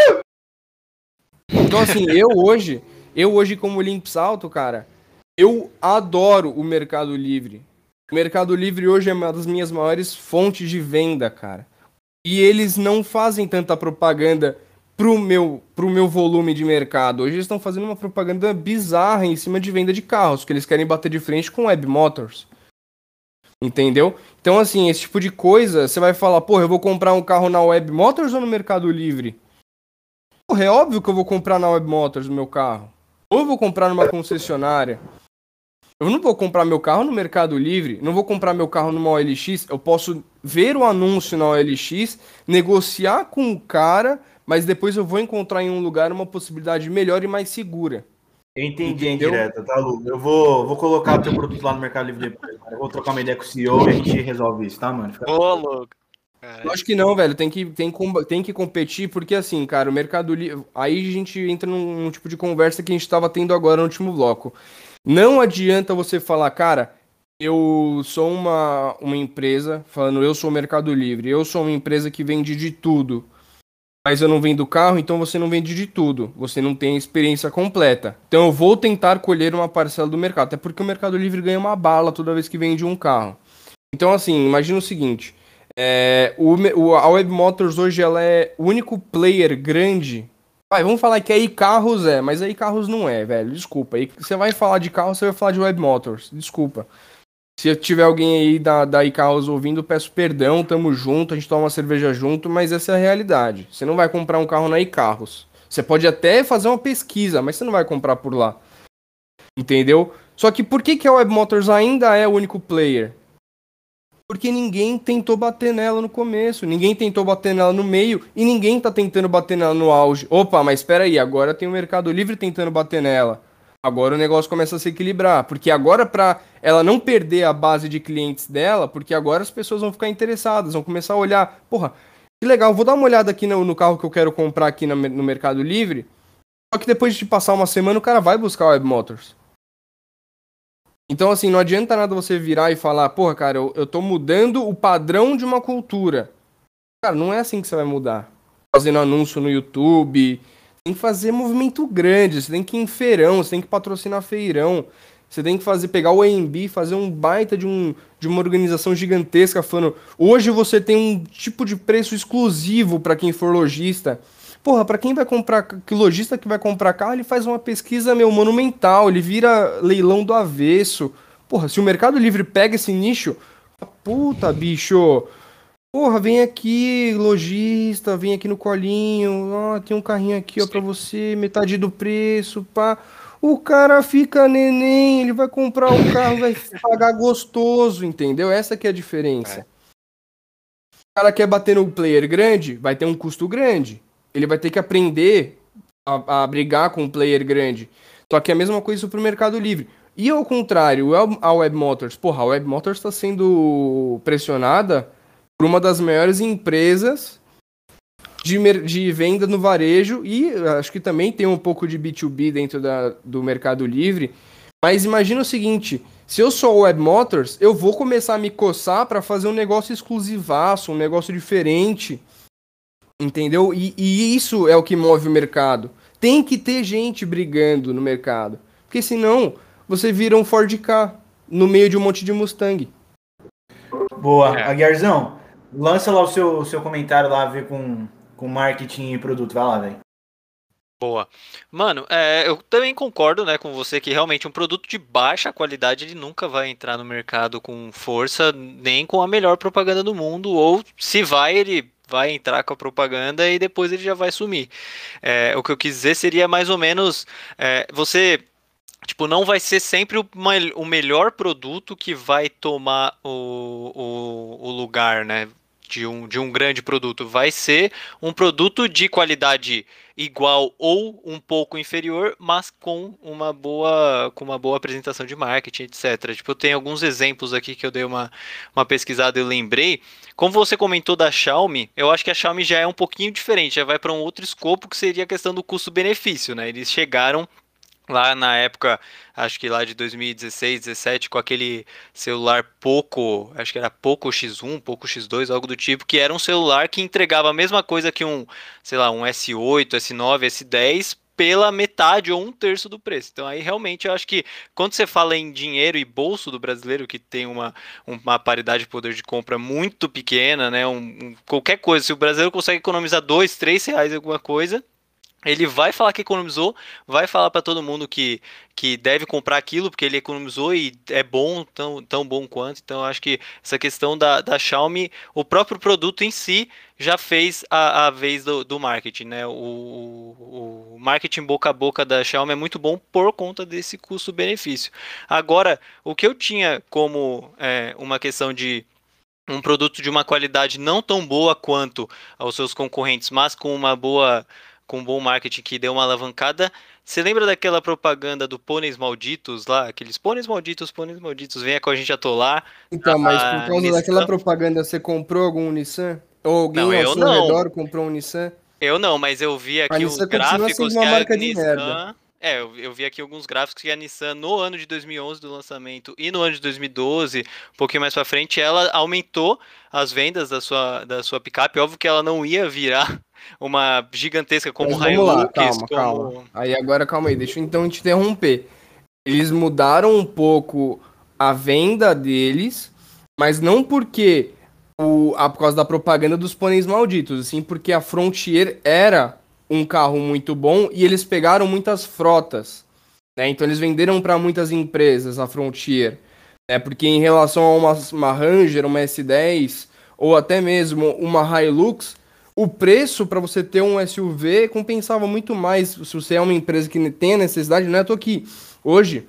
Então, assim, eu hoje como Limp Salto, cara, eu adoro o Mercado Livre. O Mercado Livre hoje é uma das minhas maiores fontes de venda, cara. E eles não fazem tanta propaganda pro meu volume de mercado. Hoje eles estão fazendo uma propaganda bizarra em cima de venda de carros, que eles querem bater de frente com Web Motors. Entendeu? Então, assim, esse tipo de coisa, você vai falar, porra, eu vou comprar um carro na Web Motors ou no Mercado Livre? Porra, é óbvio que eu vou comprar na Web Motors o meu carro. Ou eu vou comprar numa concessionária. Eu não vou comprar meu carro no Mercado Livre, não vou comprar meu carro numa OLX. Eu posso ver o anúncio na OLX, negociar com o cara, mas depois eu vou encontrar em um lugar uma possibilidade melhor e mais segura. Eu entendi a Entendeu? indireta, tá, Lu? Eu vou colocar o teu produto lá no Mercado Livre depois, mano. Eu vou trocar uma ideia com o CEO e a gente resolve isso, tá, mano? Fica... Ô, louco. Eu acho que não, velho. Tem que competir, porque assim, cara, o Mercado Livre. Aí a gente entra num tipo de conversa que a gente tava tendo agora no último bloco. Não adianta você falar, cara, eu sou uma empresa, falando, eu sou o Mercado Livre, eu sou uma empresa que vende de tudo, mas eu não vendo carro, então você não vende de tudo, você não tem a experiência completa. Então eu vou tentar colher uma parcela do mercado, até porque o Mercado Livre ganha uma bala toda vez que vende um carro. Então assim, imagina o seguinte, a Web Motors hoje ela é o único player grande. Vamos falar que a iCarros mas a iCarros não é, velho. Desculpa. Aí você vai falar de carro, você vai falar de Web Motors. Desculpa. Se tiver alguém aí da iCarros ouvindo, peço perdão, tamo junto, a gente toma uma cerveja junto, mas essa é a realidade. Você não vai comprar um carro na iCarros. Você pode até fazer uma pesquisa, mas você não vai comprar por lá. Entendeu? Só que por que a Web Motors ainda é o único player? Porque ninguém tentou bater nela no começo, ninguém tentou bater nela no meio e ninguém tá tentando bater nela no auge. Opa, mas espera aí, agora tem o Mercado Livre tentando bater nela. Agora o negócio começa a se equilibrar, porque agora pra ela não perder a base de clientes dela, porque agora as pessoas vão ficar interessadas, vão começar a olhar, porra, que legal, vou dar uma olhada aqui no carro que eu quero comprar aqui no Mercado Livre, só que depois de passar uma semana o cara vai buscar o Web Motors. Então, assim, não adianta nada você virar e falar, porra, cara, eu tô mudando o padrão de uma cultura. Cara, não é assim que você vai mudar. Fazendo anúncio no YouTube, tem que fazer movimento grande, você tem que ir em feirão, você tem que patrocinar feirão, você tem que pegar o AMB, fazer um baita de uma organização gigantesca falando, hoje você tem um tipo de preço exclusivo para quem for lojista. Porra, pra quem vai comprar, que lojista que vai comprar carro, ele faz uma pesquisa, monumental, ele vira leilão do avesso. Porra, se o Mercado Livre pega esse nicho, puta, bicho, porra, vem aqui, lojista, vem aqui no colinho, ó, tem um carrinho aqui, ó, pra você, metade do preço, pá. O cara fica neném, ele vai comprar o carro, vai pagar gostoso, entendeu? Essa que é a diferença. O cara quer bater no player grande, vai ter um custo grande. Ele vai ter que aprender a brigar com um player grande. Só que é a mesma coisa pro Mercado Livre. E ao contrário, a Web Motors, porra, a Web Motors está sendo pressionada por uma das maiores empresas de venda no varejo e acho que também tem um pouco de B2B dentro do Mercado Livre. Mas imagina o seguinte, se eu sou a Web Motors, eu vou começar a me coçar para fazer um negócio exclusivaço, um negócio diferente. Entendeu? E isso é o que move o mercado. Tem que ter gente brigando no mercado. Porque senão você vira um Ford Ka no meio de um monte de Mustang. Boa. Aguiarzão, lança lá o seu comentário lá a ver com marketing e produto. Vai lá, velho. Boa. Mano, eu também concordo, né, com você que realmente um produto de baixa qualidade ele nunca vai entrar no mercado com força, nem com a melhor propaganda do mundo, ou se vai, ele vai entrar com a propaganda e depois ele já vai sumir. O que eu quis dizer seria mais ou menos, você, tipo, não vai ser sempre o melhor produto que vai tomar o lugar, né, de um grande produto. Vai ser um produto de qualidade igual ou um pouco inferior, mas com uma boa apresentação de marketing, etc. Tipo, eu tenho alguns exemplos aqui que eu dei uma pesquisada e eu lembrei. Como você comentou da Xiaomi, eu acho que a Xiaomi já é um pouquinho diferente, já vai para um outro escopo que seria a questão do custo-benefício, né? Eles chegaram Lá na época, acho que lá de 2016, 17, com aquele celular Poco, acho que era Poco X1, Poco X2, algo do tipo, que era um celular que entregava a mesma coisa que um, sei lá, um S8, S9, S10 pela metade ou um terço do preço. Então aí realmente eu acho que quando você fala em dinheiro e bolso do brasileiro, que tem uma paridade de poder de compra muito pequena, né? Qualquer coisa, se o brasileiro consegue economizar 2, 3 reais em alguma coisa, ele vai falar que economizou, vai falar para todo mundo que deve comprar aquilo, porque ele economizou e é bom, tão bom quanto. Então, eu acho que essa questão da Xiaomi, o próprio produto em si já fez a vez do marketing, né? O marketing boca a boca da Xiaomi é muito bom por conta desse custo-benefício. Agora, o que eu tinha como uma questão de um produto de uma qualidade não tão boa quanto aos seus concorrentes, mas com um bom marketing que deu uma alavancada. Você lembra daquela propaganda do Pôneis Malditos lá? Aqueles pôneis malditos, venha com a gente atolar. Então, mas por A causa daquela Nissan. propaganda, você comprou algum Nissan? Ou Não, alguém ao eu seu não. redor comprou um Nissan? Eu não, mas eu vi A aqui os Nissan continua sendo gráficos uma que a marca de merda. Nissan. Eu vi aqui alguns gráficos que a Nissan, no ano de 2011 do lançamento e no ano de 2012, um pouquinho mais pra frente, ela aumentou as vendas da sua picape. Óbvio que ela não ia virar uma gigantesca como Mas vamos lá, Hilux, calma. como. Aí agora calma aí, deixa eu então te interromper. Eles mudaram um pouco a venda deles, mas não porque por causa da propaganda dos pôneis malditos, assim, porque a Frontier era um carro muito bom e eles pegaram muitas frotas, né? Então eles venderam para muitas empresas a Frontier, né? Porque em relação a uma Ranger, uma S10 ou até mesmo uma Hilux, o preço para você ter um SUV compensava muito mais se você é uma empresa que tem a necessidade, não é à toa que hoje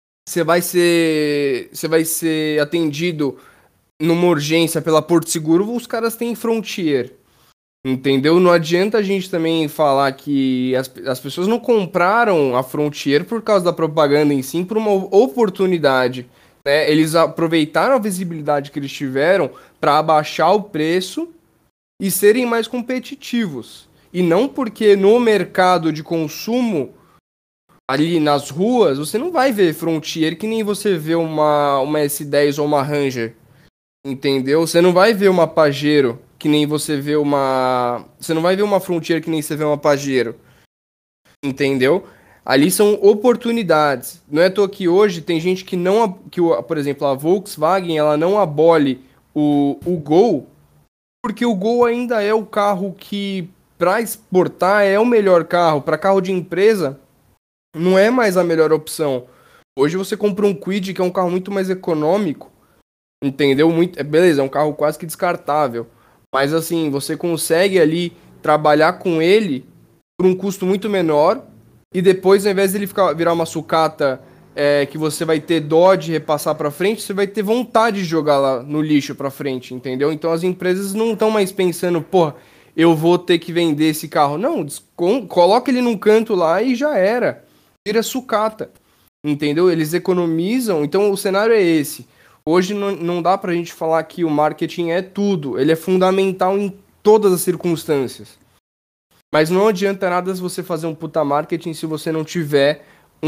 você vai ser atendido numa urgência pela Porto Seguro, os caras têm Frontier. Entendeu? Não adianta a gente também falar que as pessoas não compraram a Frontier por causa da propaganda em si, por uma oportunidade, né? Eles aproveitaram a visibilidade que eles tiveram para abaixar o preço e serem mais competitivos. E não porque no mercado de consumo, ali nas ruas, você não vai ver Frontier que nem você vê uma S10 ou uma Ranger. Entendeu? Você não vai ver uma Pajero que nem você vê uma. Você não vai ver uma Frontier que nem você vê uma Pajero. Entendeu? Ali são oportunidades. Não é à toa que hoje tem gente que não. Por exemplo, a Volkswagen ela não abole o Gol, porque o Gol ainda é o carro que, para exportar, é o melhor carro. Para carro de empresa, não é mais a melhor opção. Hoje você compra um Kwid, que é um carro muito mais econômico. Entendeu? Beleza, é um carro quase que descartável. Mas assim, você consegue ali trabalhar com ele por um custo muito menor. E depois, ao invés dele virar uma sucata que você vai ter dó de repassar pra frente, você vai ter vontade de jogar lá no lixo pra frente, entendeu? Então as empresas não estão mais pensando, pô, eu vou ter que vender esse carro. Não, coloca ele num canto lá e já era. Vira sucata. Entendeu? Eles economizam. Então o cenário é esse. Hoje não dá pra gente falar que o marketing é tudo. Ele é fundamental em todas as circunstâncias. Mas não adianta nada você fazer um puta marketing se você não tiver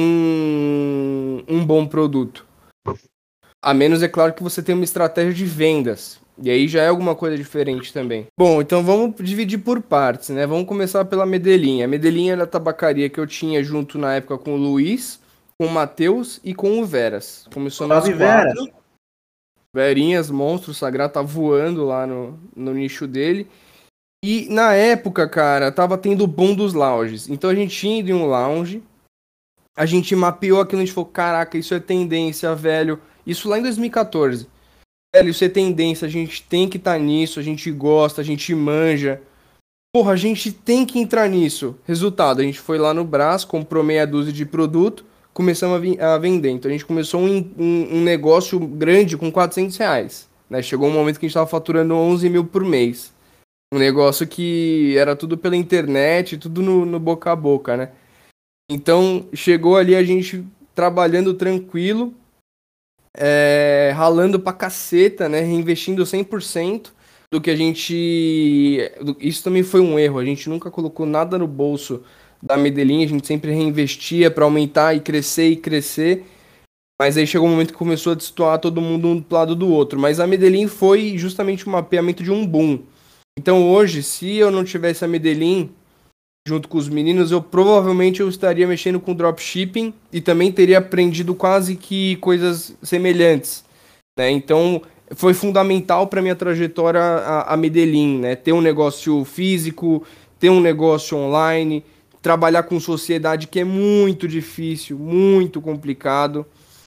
um bom produto. A menos, é claro, que você tenha uma estratégia de vendas. E aí já é alguma coisa diferente também. Bom, então vamos dividir por partes, né? Vamos começar pela Medellín. A Medellín era a tabacaria que eu tinha junto na época com o Luiz, com o Matheus e com o Veras. Começou nós Salve, quatro. Veras. Verinhas, monstro sagrado, tá voando lá no nicho dele. E na época, cara, tava tendo o boom dos lounges. Então a gente tinha ido em um lounge, a gente mapeou aquilo, a gente falou, caraca, isso é tendência, velho. Isso lá em 2014. Velho, isso é tendência, a gente tem que estar nisso, a gente gosta, a gente manja. Porra, a gente tem que entrar nisso. Resultado, a gente foi lá no Brás, comprou meia dúzia de produto, começamos a vender. Então a gente começou um negócio grande com R$400, né? Chegou um momento que a gente tava faturando 11 mil por mês. Um negócio que era tudo pela internet, tudo no boca a boca, né? Então chegou ali a gente trabalhando tranquilo, ralando pra caceta, né? Reinvestindo 100% do que a gente... Isso também foi um erro, a gente nunca colocou nada no bolso da Medellín, a gente sempre reinvestia para aumentar e crescer, mas aí chegou um momento que começou a destoar todo mundo um do lado do outro. Mas a Medellín foi justamente um mapeamento de um boom. Então hoje, se eu não tivesse a Medellín junto com os meninos, eu estaria mexendo com dropshipping e também teria aprendido quase que coisas semelhantes, né? Então, foi fundamental para minha trajetória a Medellín, né? Ter um negócio físico, ter um negócio online, trabalhar com sociedade que é muito difícil, muito complicado.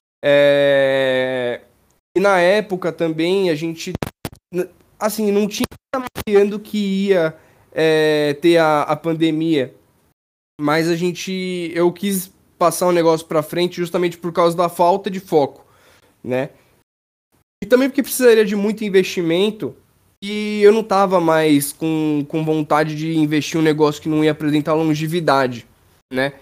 E na época também a gente, assim, não tinha mapeando que ia ter a pandemia, mas eu quis passar um negócio para frente justamente por causa da falta de foco, né? E também porque precisaria de muito investimento e eu não tava mais com vontade de investir em um negócio que não ia apresentar longevidade, né?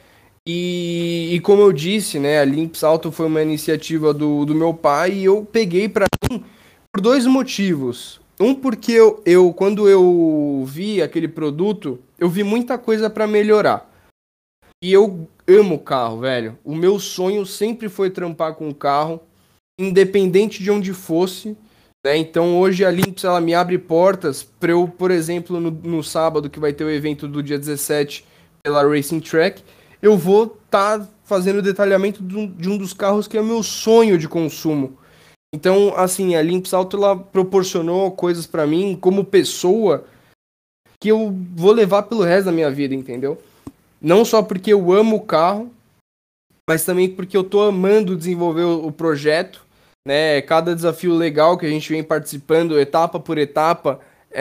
E como eu disse, né, a Limps Auto foi uma iniciativa do meu pai e eu peguei para mim por dois motivos. Um, porque quando eu vi aquele produto, eu vi muita coisa para melhorar. E eu amo carro, velho. O meu sonho sempre foi trampar com carro, independente de onde fosse, né? Então hoje a Limps, ela me abre portas para eu, por exemplo, no sábado, que vai ter o evento do dia 17 pela Racing Track, eu vou estar fazendo o detalhamento de um dos carros que é o meu sonho de consumo. Então, assim, a Limps Auto, ela proporcionou coisas pra mim como pessoa que eu vou levar pelo resto da minha vida, entendeu? Não só porque eu amo o carro, mas também porque eu tô amando desenvolver o projeto, né? Cada desafio legal que a gente vem participando, etapa por etapa,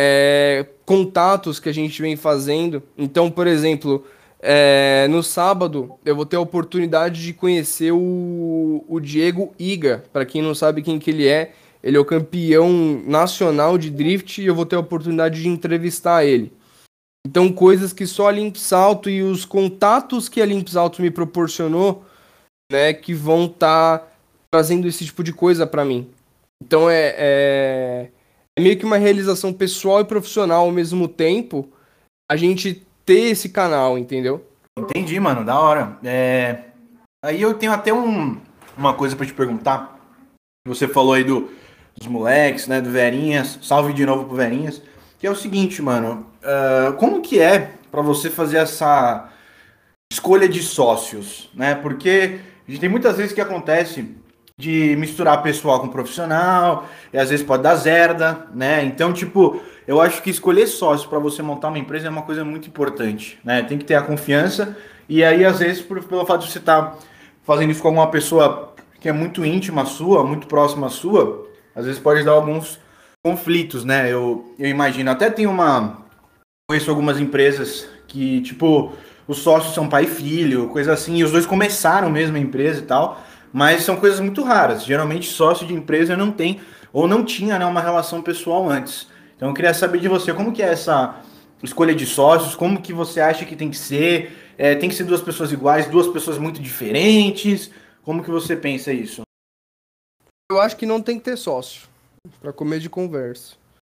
contatos que a gente vem fazendo. Então, por exemplo, no sábado eu vou ter a oportunidade de conhecer o Diego Iga. Para quem não sabe quem que ele é o campeão nacional de drift e eu vou ter a oportunidade de entrevistar ele. Então, coisas que só a Limps Auto e os contatos que a Limps Auto me proporcionou, né, que vão estar trazendo esse tipo de coisa para mim. Então, é meio que uma realização pessoal e profissional ao mesmo tempo, a gente ter esse canal, entendeu? Entendi, mano, da hora. Aí eu tenho até uma coisa pra te perguntar. Você falou aí dos moleques, né, do Verinhas. Salve de novo pro Verinhas. Que é o seguinte, mano. Como que é pra você fazer essa escolha de sócios, né? Porque a gente tem muitas vezes que acontece de misturar pessoal com profissional, e às vezes pode dar zerda, né? Então, tipo, eu acho que escolher sócio para você montar uma empresa é uma coisa muito importante, né? Tem que ter a confiança, e aí, às vezes, pelo fato de você estar fazendo isso com alguma pessoa que é muito íntima sua, muito próxima sua, às vezes pode dar alguns conflitos, né? Eu imagino. Até conheço algumas empresas que, tipo, os sócios são pai e filho, coisa assim, e os dois começaram mesmo a empresa e tal, mas são coisas muito raras. Geralmente sócio de empresa não tem, ou não tinha, né, uma relação pessoal antes. Então eu queria saber de você, como que é essa escolha de sócios, como que você acha que tem que ser? Tem que ser duas pessoas iguais, duas pessoas muito diferentes? Como que você pensa isso? Eu acho que não tem que ter sócio, pra comer de conversa.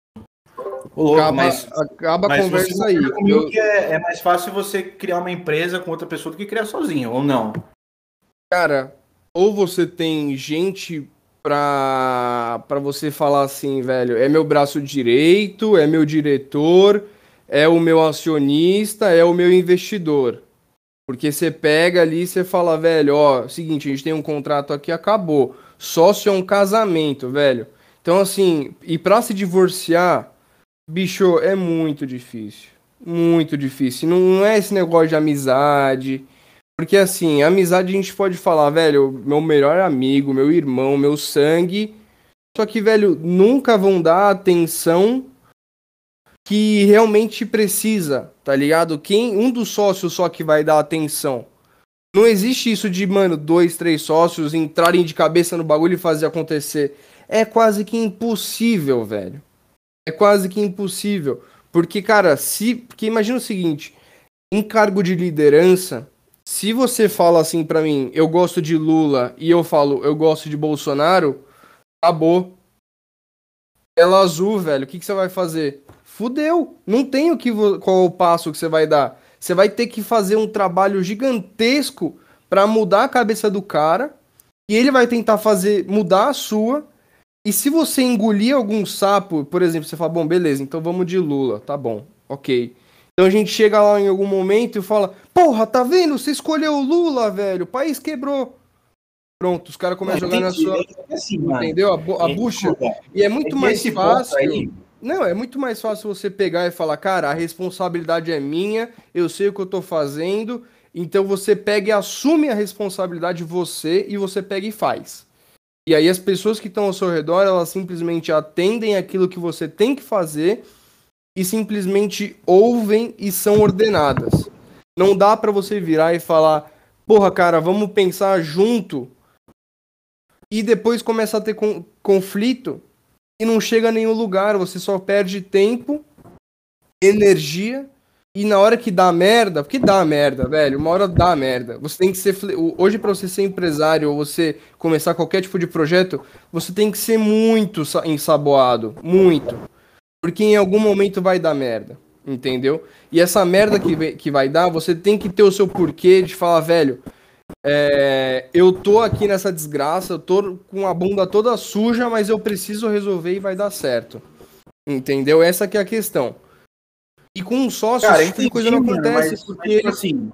Ô, louco, acaba a conversa aí. Comigo que é mais fácil você criar uma empresa com outra pessoa do que criar sozinho, ou não? Cara, ou você tem gente pra você falar assim, velho, é meu braço direito, é meu diretor, é o meu acionista, é o meu investidor. Porque você pega ali e você fala, velho, ó, seguinte, a gente tem um contrato aqui, acabou. Sócio é um casamento, velho. Então, assim, e pra se divorciar, bicho, é muito difícil. Muito difícil. Não é esse negócio de amizade. Porque, assim, amizade a gente pode falar, velho, meu melhor amigo, meu irmão, meu sangue. Só que, velho, nunca vão dar a atenção que realmente precisa, tá ligado? Um dos sócios só que vai dar atenção. Não existe isso de, mano, 2, 3 sócios entrarem de cabeça no bagulho e fazer acontecer. É quase que impossível, velho. É quase que impossível. Porque, cara, porque imagina o seguinte, em cargo de liderança, se você fala assim pra mim, eu gosto de Lula, e eu falo, eu gosto de Bolsonaro, acabou. Tela azul, velho, o que você vai fazer? Fudeu. Não tem qual o passo que você vai dar. você vai ter que fazer um trabalho gigantesco para mudar a cabeça do cara, e ele vai tentar mudar a sua, e se você engolir algum sapo, por exemplo, você fala, bom, beleza, então vamos de Lula, tá bom, ok. Então a gente chega lá em algum momento e fala, porra, tá vendo? Você escolheu o Lula, velho, o país quebrou. Pronto, os caras começam a jogar na sua... Assim, entendeu? A bucha. E é muito mais fácil... Aí... Não, é muito mais fácil você pegar e falar, cara, a responsabilidade é minha, eu sei o que eu tô fazendo, então você pega e assume a responsabilidade você, e você pega e faz. E aí as pessoas que estão ao seu redor, elas simplesmente atendem aquilo que você tem que fazer e simplesmente ouvem e são ordenadas. Não dá pra você virar e falar, porra, cara, vamos pensar junto, e depois começa a ter conflito e não chega a nenhum lugar, você só perde tempo, energia, e na hora que dá merda, porque dá merda, velho, uma hora dá merda. Você tem que ser, hoje pra você ser empresário ou você começar qualquer tipo de projeto, você tem que ser muito ensaboado, muito. Porque em algum momento vai dar merda, entendeu? E essa merda que vai dar, você tem que ter o seu porquê de falar, velho, eu tô aqui nessa desgraça, eu tô com a bunda toda suja, mas eu preciso resolver e vai dar certo. Entendeu? Essa que é a questão. E com um sócio, cara, esse tipo de coisa não acontece, porque... Tipo assim,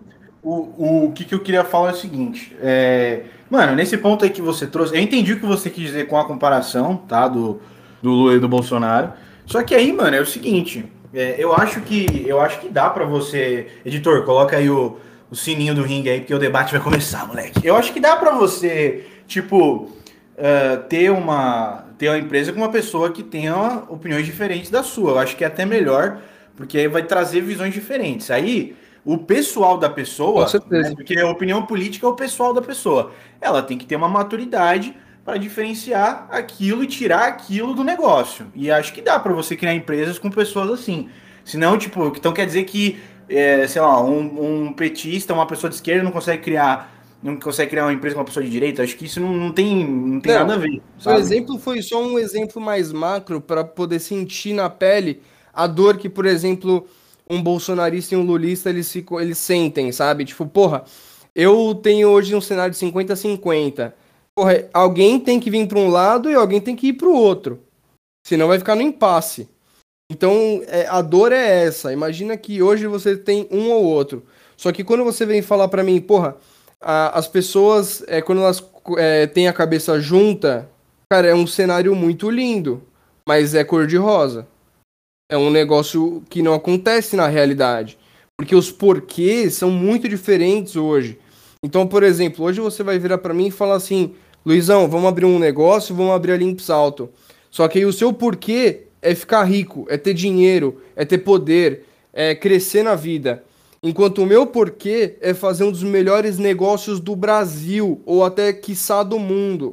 o que eu queria falar é o seguinte, mano, nesse ponto aí que você trouxe, eu entendi o que você quis dizer com a comparação, tá, do Lula e do Bolsonaro, só que aí, mano, é o seguinte, eu acho que dá pra você, editor, coloca aí o sininho do ringue aí, porque o debate vai começar, moleque. Eu acho que dá pra você, tipo, ter uma empresa com uma pessoa que tenha opiniões diferentes da sua. Eu acho que é até melhor, porque aí vai trazer visões diferentes. Aí, o pessoal da pessoa, com certeza, né, porque a opinião política é o pessoal da pessoa, ela tem que ter uma maturidade para diferenciar aquilo e tirar aquilo do negócio. E acho que dá pra você criar empresas com pessoas assim. Senão, tipo, então quer dizer que sei lá, um petista, uma pessoa de esquerda não consegue criar uma empresa com uma pessoa de direita. Acho que isso não tem nada a ver, sabe? O exemplo foi só um exemplo mais macro para poder sentir na pele a dor que, por exemplo, um bolsonarista e um lulista eles sentem, sabe? Tipo, porra, eu tenho hoje um cenário de 50-50. Porra, alguém tem que vir para um lado e alguém tem que ir para o outro. Senão vai ficar no impasse. Então, a dor é essa. Imagina que hoje você tem um ou outro. Só que quando você vem falar pra mim, porra, as pessoas, quando elas têm a cabeça junta, cara, é um cenário muito lindo, mas é cor-de-rosa. É um negócio que não acontece na realidade. Porque os porquês são muito diferentes hoje. Então, por exemplo, hoje você vai virar pra mim e falar assim, Luizão, vamos abrir um negócio, vamos abrir a Limps Alto. Só que aí o seu porquê é ficar rico, é ter dinheiro, é ter poder, é crescer na vida. Enquanto o meu porquê é fazer um dos melhores negócios do Brasil, ou até, quiçá, do mundo.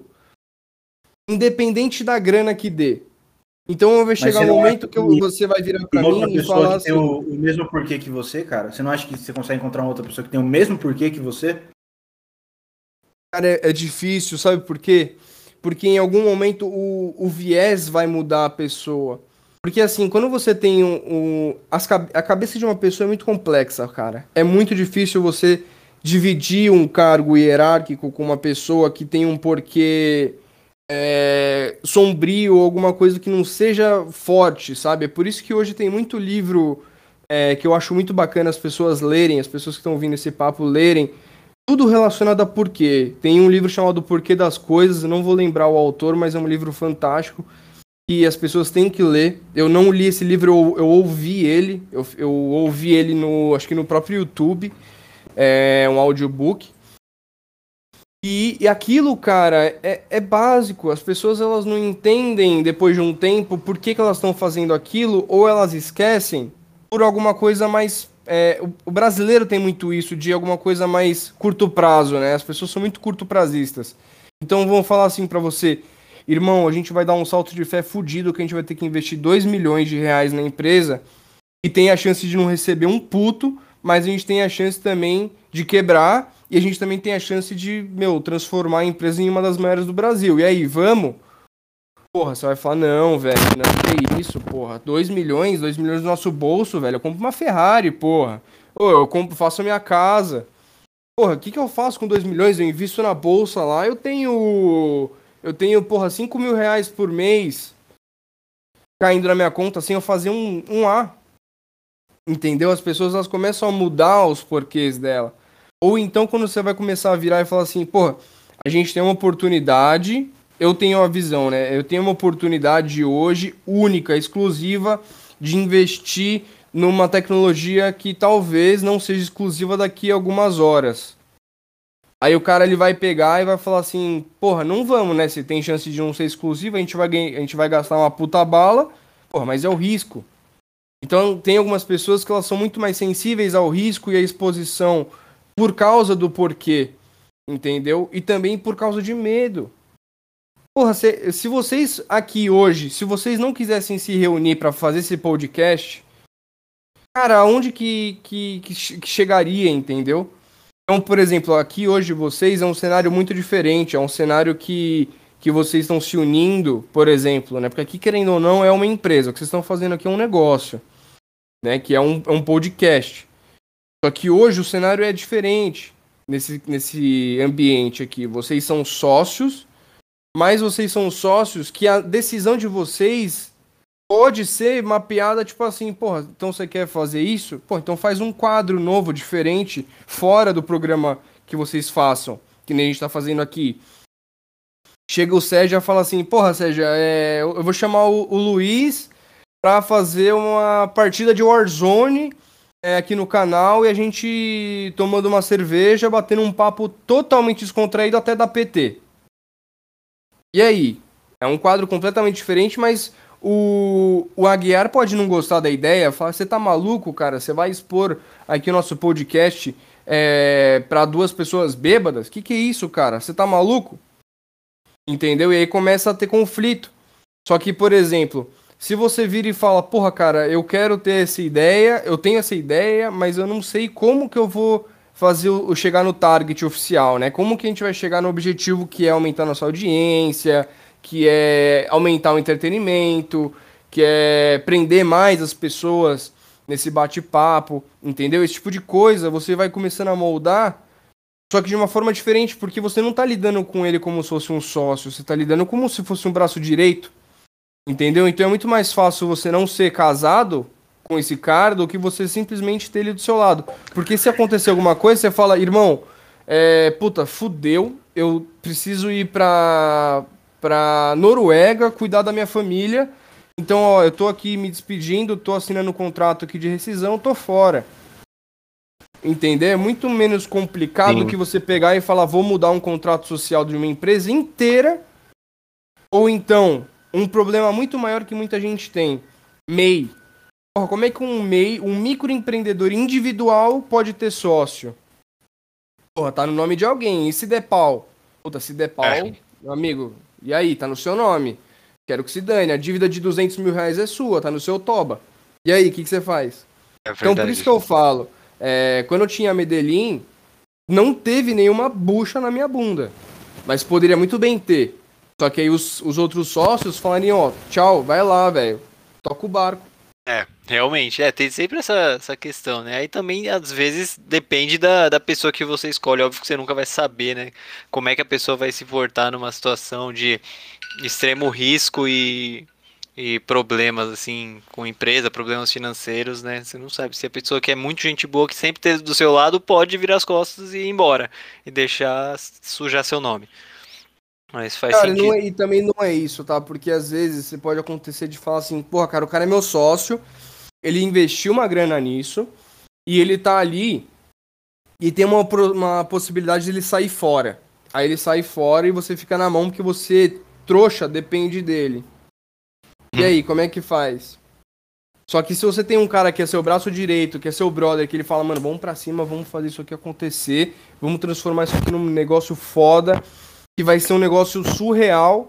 Independente da grana que dê. Então vai chegar um momento que você vai virar pra mim e falar assim... o mesmo porquê que você, cara? Você não acha que você consegue encontrar uma outra pessoa que tem o mesmo porquê que você? Cara, é difícil, sabe por quê? Porque em algum momento o viés vai mudar a pessoa. Porque assim, quando você tem a cabeça de uma pessoa é muito complexa, cara. É muito difícil você dividir um cargo hierárquico com uma pessoa que tem um porquê sombrio ou alguma coisa que não seja forte, sabe? É por isso que hoje tem muito livro que eu acho muito bacana as pessoas lerem, as pessoas que estão ouvindo esse papo lerem, tudo relacionado a porquê. Tem um livro chamado Porquê das Coisas, eu não vou lembrar o autor, mas é um livro fantástico que as pessoas têm que ler. Eu não li esse livro, eu ouvi ele. Eu ouvi ele acho que no próprio YouTube. É um audiobook. E aquilo, cara, é básico. As pessoas elas não entendem, depois de um tempo, por que elas estão fazendo aquilo, ou elas esquecem por alguma coisa mais... o brasileiro tem muito isso, de alguma coisa mais curto prazo, né? As pessoas são muito curto-prazistas. Então vão falar assim pra você, irmão, a gente vai dar um salto de fé fudido, que a gente vai ter que investir 2 milhões de reais na empresa, e tem a chance de não receber um puto, mas a gente tem a chance também de quebrar, e a gente também tem a chance de, transformar a empresa em uma das maiores do Brasil. E aí, vamos? Porra, você vai falar, não, velho, não, que isso, porra, 2 milhões do nosso bolso, velho, eu compro uma Ferrari, porra. Ô, eu compro, faço a minha casa. Porra, o que que eu faço com 2 milhões? Eu invisto na bolsa lá, porra, 5 mil reais por mês caindo na minha conta sem eu fazer um A. Entendeu? As pessoas elas começam a mudar os porquês dela. Ou então quando você vai começar a virar e falar assim, porra, a gente tem uma oportunidade, eu tenho uma visão, né? Eu tenho uma oportunidade hoje única, exclusiva, de investir numa tecnologia que talvez não seja exclusiva daqui a algumas horas. Aí o cara ele vai pegar e vai falar assim, porra, não vamos, né? Se tem chance de não ser exclusivo, a gente vai gastar uma puta bala, porra, mas é o risco. Então tem algumas pessoas que elas são muito mais sensíveis ao risco e à exposição por causa do porquê, entendeu? E também por causa de medo. Porra, se vocês aqui hoje, se vocês não quisessem se reunir pra fazer esse podcast, cara, aonde que chegaria, entendeu? Então, por exemplo, aqui hoje vocês é um cenário muito diferente, é um cenário que vocês estão se unindo, por exemplo, né? Porque aqui, querendo ou não, é uma empresa. O que vocês estão fazendo aqui é um negócio, né? Que é um podcast. Só que hoje o cenário é diferente nesse ambiente aqui. Vocês são sócios, mas vocês são sócios que a decisão de vocês pode ser mapeada, tipo assim, porra, então você quer fazer isso? Pô, então faz um quadro novo, diferente, fora do programa que vocês façam, que nem a gente tá fazendo aqui. Chega o Sérgio e fala assim, porra, Sérgio, eu vou chamar o Luiz pra fazer uma partida de Warzone aqui no canal e a gente tomando uma cerveja, batendo um papo totalmente descontraído até da PT. E aí? É um quadro completamente diferente, mas o Aguiar pode não gostar da ideia, falar, você tá maluco, cara? Você vai expor aqui o nosso podcast pra 2 pessoas bêbadas? Que é isso, cara? Você tá maluco? Entendeu? E aí começa a ter conflito. Só que, por exemplo, se você vira e fala, porra, cara, eu quero ter essa ideia, eu tenho essa ideia, mas eu não sei como que eu vou fazer chegar no target oficial, né? Como que a gente vai chegar no objetivo que é aumentar nossa audiência, que é aumentar o entretenimento, que é prender mais as pessoas nesse bate-papo, entendeu? Esse tipo de coisa você vai começando a moldar, só que de uma forma diferente, porque você não tá lidando com ele como se fosse um sócio, você tá lidando como se fosse um braço direito, entendeu? Então é muito mais fácil você não ser casado com esse cara do que você simplesmente ter ele do seu lado. Porque se acontecer alguma coisa, você fala, irmão, puta, fudeu, eu preciso ir pra Noruega, cuidar da minha família, então, ó, eu tô aqui me despedindo, tô assinando um contrato aqui de rescisão, tô fora. Entender? É muito menos complicado do que você pegar e falar, vou mudar um contrato social de uma empresa inteira. Ou então, um problema muito maior que muita gente tem. MEI. Porra, como é que um MEI, um microempreendedor individual pode ter sócio? Porra, tá no nome de alguém. E se der pau? Puta, se der pau, meu amigo, e aí? Tá no seu nome. Quero que se dane. A dívida de 200 mil reais é sua, tá no seu toba. E aí, o que você faz? Então, por isso que eu falo... quando eu tinha a Medellín, não teve nenhuma bucha na minha bunda. Mas poderia muito bem ter. Só que aí os outros sócios falariam, ó, tchau, vai lá, velho. Toca o barco. Realmente. Tem sempre essa questão, né? Aí também, às vezes, depende da pessoa que você escolhe. Óbvio que você nunca vai saber, né? Como é que a pessoa vai se portar numa situação de extremo risco e problemas, assim, com empresa, problemas financeiros, né? Você não sabe se a pessoa que é muito gente boa, que sempre esteja do seu lado, pode virar as costas e ir embora. E deixar sujar seu nome. Mas faz sentido. E também não é isso, tá? Porque às vezes você pode acontecer de falar assim, porra, cara, o cara é meu sócio, ele investiu uma grana nisso, e ele tá ali, e tem uma possibilidade de ele sair fora. Aí ele sai fora e você fica na mão porque você, trouxa, depende dele. E aí, como é que faz? Só que se você tem um cara que é seu braço direito, que é seu brother, que ele fala, mano, vamos pra cima, vamos fazer isso aqui acontecer, vamos transformar isso aqui num negócio foda, que vai ser um negócio surreal.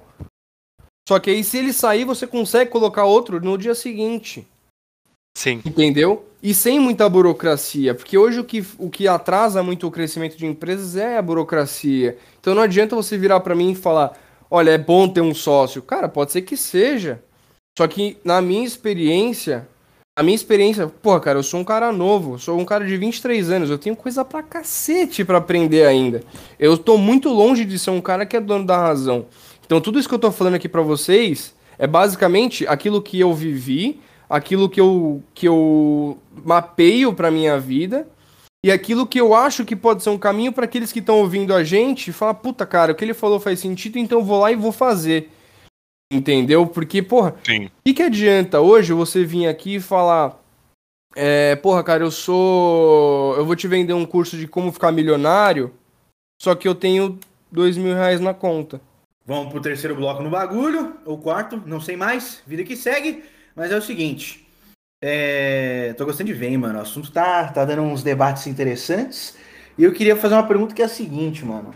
Só que aí, se ele sair, você consegue colocar outro no dia seguinte. Sim. Entendeu? E sem muita burocracia, porque hoje o que atrasa muito o crescimento de empresas é a burocracia. Então não adianta você virar pra mim e falar, olha, é bom ter um sócio. Cara, pode ser que seja. Só que, na minha experiência, A minha experiência, porra, cara, eu sou um cara novo, sou um cara de 23 anos, eu tenho coisa pra cacete pra aprender ainda. Eu tô muito longe de ser um cara que é dono da razão. Então tudo isso que eu tô falando aqui pra vocês é basicamente aquilo que eu vivi, aquilo que eu mapeio pra minha vida e aquilo que eu acho que pode ser um caminho pra aqueles que estão ouvindo a gente e falar, puta, cara, o que ele falou faz sentido, então eu vou lá e vou fazer. Entendeu? Porque, porra, Sim. o que adianta hoje você vir aqui e falar, porra, cara, eu vou te vender um curso de como ficar milionário, só que eu tenho R$ 2.000 na conta. Vamos pro terceiro bloco no bagulho, ou quarto, não sei mais, vida que segue. Mas é o seguinte, tô gostando de ver, hein, mano. O assunto tá dando uns debates interessantes. E eu queria fazer uma pergunta que é a seguinte, mano.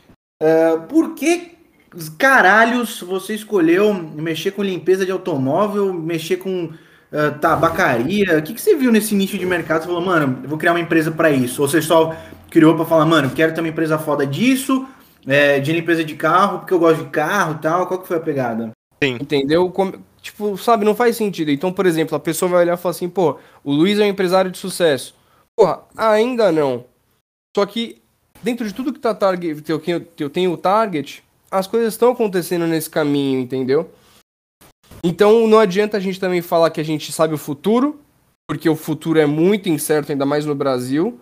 Por que caralhos você escolheu mexer com limpeza de automóvel, mexer com tabacaria? O que você viu nesse nicho de mercado? Você falou, mano, eu vou criar uma empresa pra isso. Ou você só criou pra falar, mano, quero ter uma empresa foda disso, de limpeza de carro, porque eu gosto de carro e tal. Qual que foi a pegada? Entendeu? Tipo, sabe, não faz sentido. Então, por exemplo, a pessoa vai olhar e falar assim, pô, o Luiz é um empresário de sucesso. Porra, ainda não. Só que dentro de tudo que tá target, eu tenho o target, as coisas estão acontecendo nesse caminho, entendeu? Então não adianta a gente também falar que a gente sabe o futuro, porque o futuro é muito incerto, ainda mais no Brasil.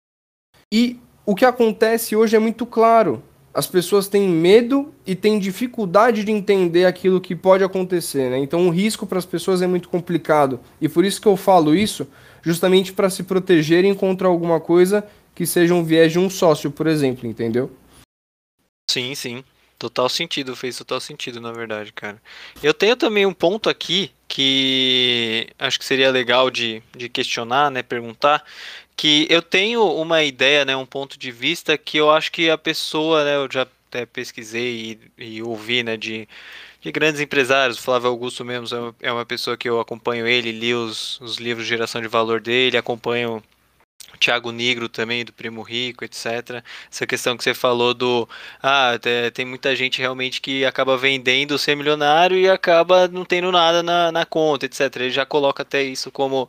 E o que acontece hoje é muito claro. As pessoas têm medo e têm dificuldade de entender aquilo que pode acontecer, né? Então o risco para as pessoas é muito complicado. E por isso que eu falo isso, justamente para se protegerem contra alguma coisa que seja um viés de um sócio, por exemplo, entendeu? Sim, sim. Total sentido, fez total sentido, na verdade, cara. Eu tenho também um ponto aqui que acho que seria legal de questionar, né, perguntar, que eu tenho uma ideia, né, um ponto de vista que eu acho que a pessoa, né, eu já até pesquisei e ouvi, né, de grandes empresários, o Flávio Augusto mesmo é uma pessoa que eu acompanho ele, li os livros de geração de valor dele, acompanho Thiago Nigro também, do Primo Rico, etc. Essa questão que você falou tem muita gente realmente que acaba vendendo ser milionário e acaba não tendo nada na conta, etc. Ele já coloca até isso como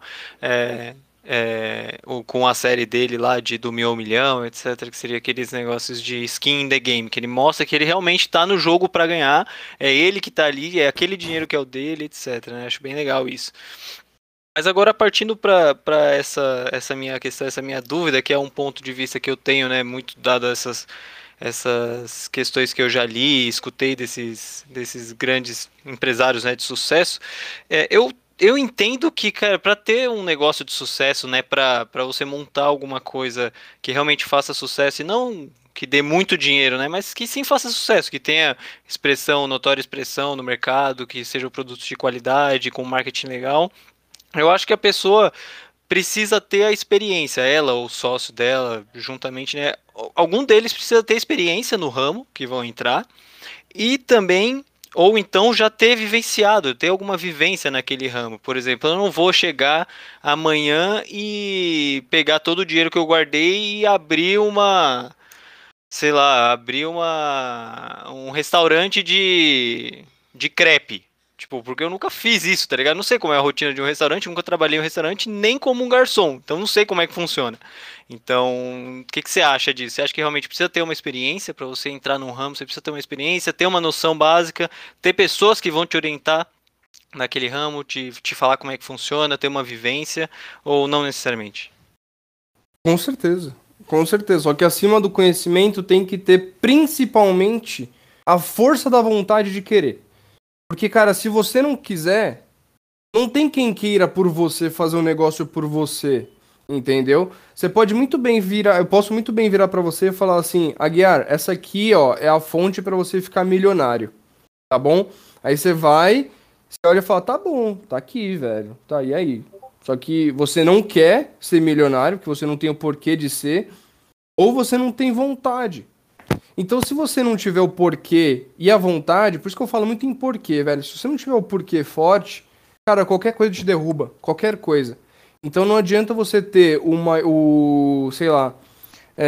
com a série dele lá do Mil ao Milhão, etc. Que seria aqueles negócios de skin in the game, que ele mostra que ele realmente está no jogo para ganhar, é ele que está ali, é aquele dinheiro que é o dele, etc. Né? Acho bem legal isso. Mas agora partindo para essa minha questão, essa minha dúvida, que é um ponto de vista que eu tenho, né, muito dado essas questões que eu já li, escutei desses grandes empresários, né, de sucesso, eu entendo que, cara, para ter um negócio de sucesso, né, para você montar alguma coisa que realmente faça sucesso e não que dê muito dinheiro, né, mas que sim faça sucesso, que tenha notória expressão no mercado, que sejam produtos de qualidade, com marketing legal. Eu acho que a pessoa precisa ter a experiência, ela ou o sócio dela, juntamente, né? Algum deles precisa ter experiência no ramo que vão entrar e também, ou então já ter vivenciado, ter alguma vivência naquele ramo. Por exemplo, eu não vou chegar amanhã e pegar todo o dinheiro que eu guardei e abrir um restaurante de crepe. Tipo, porque eu nunca fiz isso, tá ligado? Não sei como é a rotina de um restaurante, nunca trabalhei em um restaurante, nem como um garçom. Então não sei como é que funciona. Então, o que você acha disso? Você acha que realmente precisa ter uma experiência para você entrar num ramo? Você precisa ter uma experiência, ter uma noção básica, ter pessoas que vão te orientar naquele ramo, te falar como é que funciona, ter uma vivência, ou não necessariamente? Com certeza. Com certeza. Só que acima do conhecimento tem que ter principalmente a força da vontade de querer. Porque, cara, se você não quiser, não tem quem queira por você fazer um negócio por você, entendeu? Você pode muito bem virar, eu posso muito bem virar pra você e falar assim, Aguiar, essa aqui, ó, é a fonte pra você ficar milionário, tá bom? Aí você vai, você olha e fala, tá bom, tá aqui, velho, tá, e aí? Só que você não quer ser milionário, porque você não tem o porquê de ser, ou você não tem vontade. Então, se você não tiver o porquê e a vontade, por isso que eu falo muito em porquê, velho. Se você não tiver o porquê forte, cara, qualquer coisa te derruba. Qualquer coisa. Então, não adianta você ter sei lá,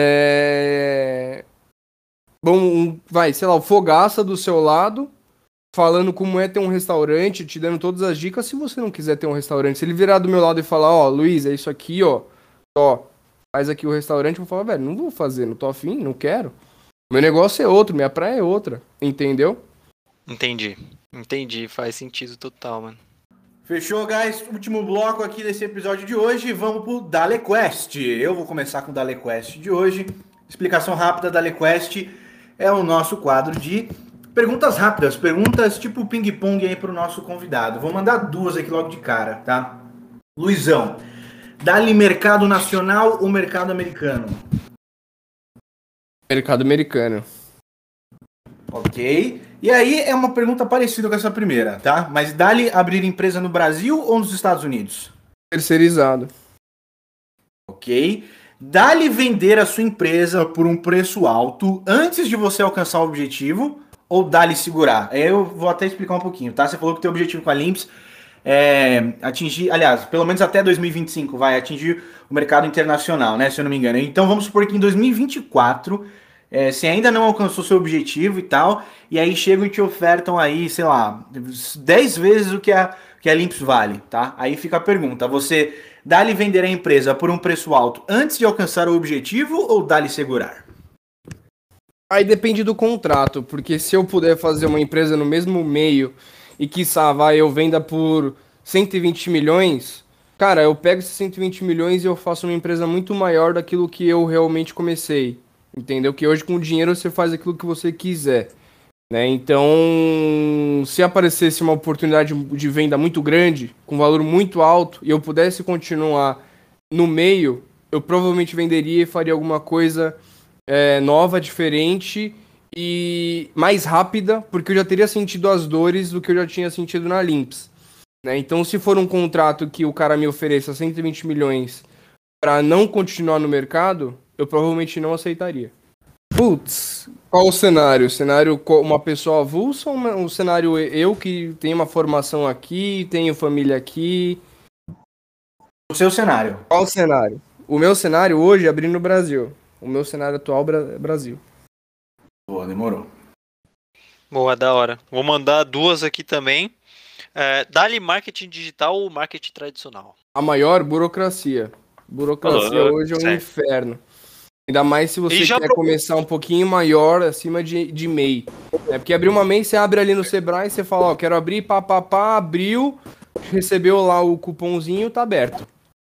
o Fogaça do seu lado, falando como é ter um restaurante, te dando todas as dicas se você não quiser ter um restaurante. Se ele virar do meu lado e falar, ó, Luiz, é isso aqui, ó, faz aqui o restaurante, eu vou falar, velho, não vou fazer, não tô afim, não quero. Meu negócio é outro, minha praia é outra, entendeu? Entendi, faz sentido total, mano. Fechou, guys? Último bloco aqui desse episódio de hoje. Vamos pro DaleQuest. Eu vou começar com o DaleQuest de hoje. Explicação rápida. DaleQuest é o nosso quadro de perguntas rápidas. Perguntas tipo ping-pong aí pro nosso convidado. Vou mandar 2 aqui logo de cara, tá? Luizão, Dale mercado nacional ou mercado americano? Mercado americano. Ok. E aí é uma pergunta parecida com essa primeira, tá? Mas Dale abrir empresa no Brasil ou nos Estados Unidos? Terceirizado. Ok. Dale vender a sua empresa por um preço alto antes de você alcançar o objetivo ou dale segurar? Eu vou até explicar um pouquinho, tá? Você falou que o teu objetivo com a Limps é atingir, aliás, pelo menos até 2025, vai atingir o mercado internacional, né? Se eu não me engano. Então vamos supor que em 2024 você ainda não alcançou seu objetivo e tal, e aí chegam e te ofertam aí, sei lá, 10 vezes o que a Limps vale, tá? Aí fica a pergunta, você dá-lhe vender a empresa por um preço alto antes de alcançar o objetivo ou dá-lhe segurar? Aí depende do contrato, porque se eu puder fazer uma empresa no mesmo meio e quiçá eu venda por 120 milhões, cara, eu pego esses 120 milhões e eu faço uma empresa muito maior daquilo que eu realmente comecei. Entendeu? Que hoje com o dinheiro você faz aquilo que você quiser, né? Então, se aparecesse uma oportunidade de venda muito grande, com valor muito alto, e eu pudesse continuar no meio, eu provavelmente venderia e faria alguma coisa nova, diferente e mais rápida, porque eu já teria sentido as dores do que eu já tinha sentido na Limps, né? Então, se for um contrato que o cara me ofereça 120 milhões para não continuar no mercado, eu provavelmente não aceitaria. Putz, qual o cenário? Cenário uma pessoa avulsa ou um cenário eu que tenho uma formação aqui, tenho família aqui? O seu cenário. Qual o cenário? O meu cenário hoje é abrir no Brasil. O meu cenário atual é Brasil. Boa, demorou. Boa, da hora. Vou mandar 2 aqui também. Dale marketing digital ou marketing tradicional? A maior burocracia. Burocracia hoje é um inferno. Ainda mais se você quer começar um pouquinho maior, acima de MEI. Porque abrir uma MEI, você abre ali no Sebrae, você fala, ó, quero abrir, abriu, recebeu lá o cupomzinho, tá aberto.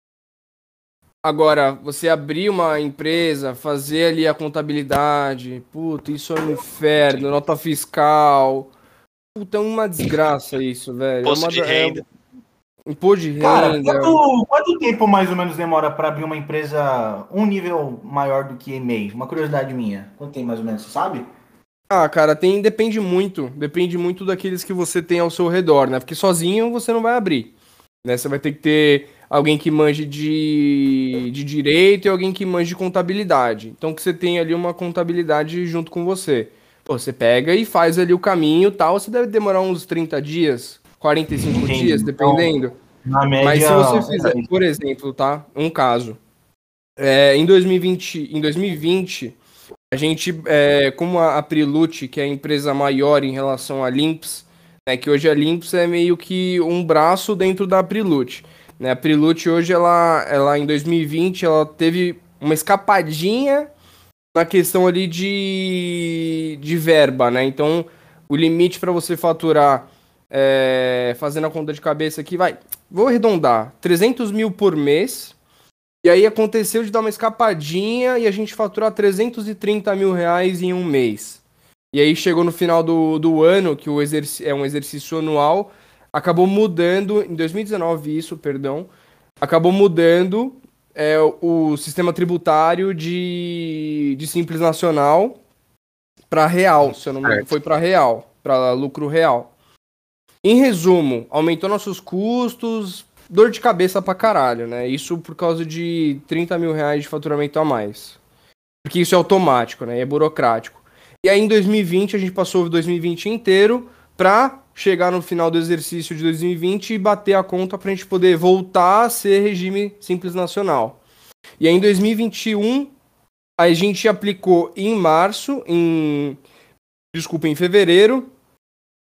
Agora, você abrir uma empresa, fazer ali a contabilidade, puta, isso é um inferno, nota fiscal. Puta, é uma desgraça isso, velho. Imposto de renda. Imposto de renda. Cara, quanto tempo mais ou menos demora para abrir uma empresa um nível maior do que MEI? Uma curiosidade minha. Quanto tem mais ou menos, você sabe? Ah, cara, depende muito daqueles que você tem ao seu redor, né? Porque sozinho você não vai abrir, né? Você vai ter que ter alguém que manje de direito e alguém que manje de contabilidade. Então que você tem ali uma contabilidade junto com você. Pô, você pega e faz ali o caminho e tal, você deve demorar uns 30 dias, 45 dias, dependendo. Na média, mas se você fizer, por exemplo, tá? Um caso. Em 2020, a gente, como a Prelude, que é a empresa maior em relação à Limps, né, que hoje a Limps é meio que um braço dentro da Prelude. Né? A Prelude hoje, ela em 2020, ela teve uma escapadinha na questão ali de verba, né? Então, o limite para você faturar, fazendo a conta de cabeça aqui, vou arredondar, 300 mil por mês. E aí aconteceu de dar uma escapadinha e a gente faturar 330 mil reais em um mês. E aí chegou no final do ano, que é um exercício anual, acabou mudando, em 2019 isso, perdão, acabou mudando o sistema tributário de Simples Nacional para real, se eu não me engano, foi para real, para lucro real. Em resumo, aumentou nossos custos, dor de cabeça pra caralho, né? Isso por causa de 30 mil reais de faturamento a mais. Porque isso é automático, né? E é burocrático. E aí em 2020, a gente passou o 2020 inteiro pra chegar no final do exercício de 2020 e bater a conta pra gente poder voltar a ser regime Simples Nacional. E aí em 2021, a gente aplicou em fevereiro.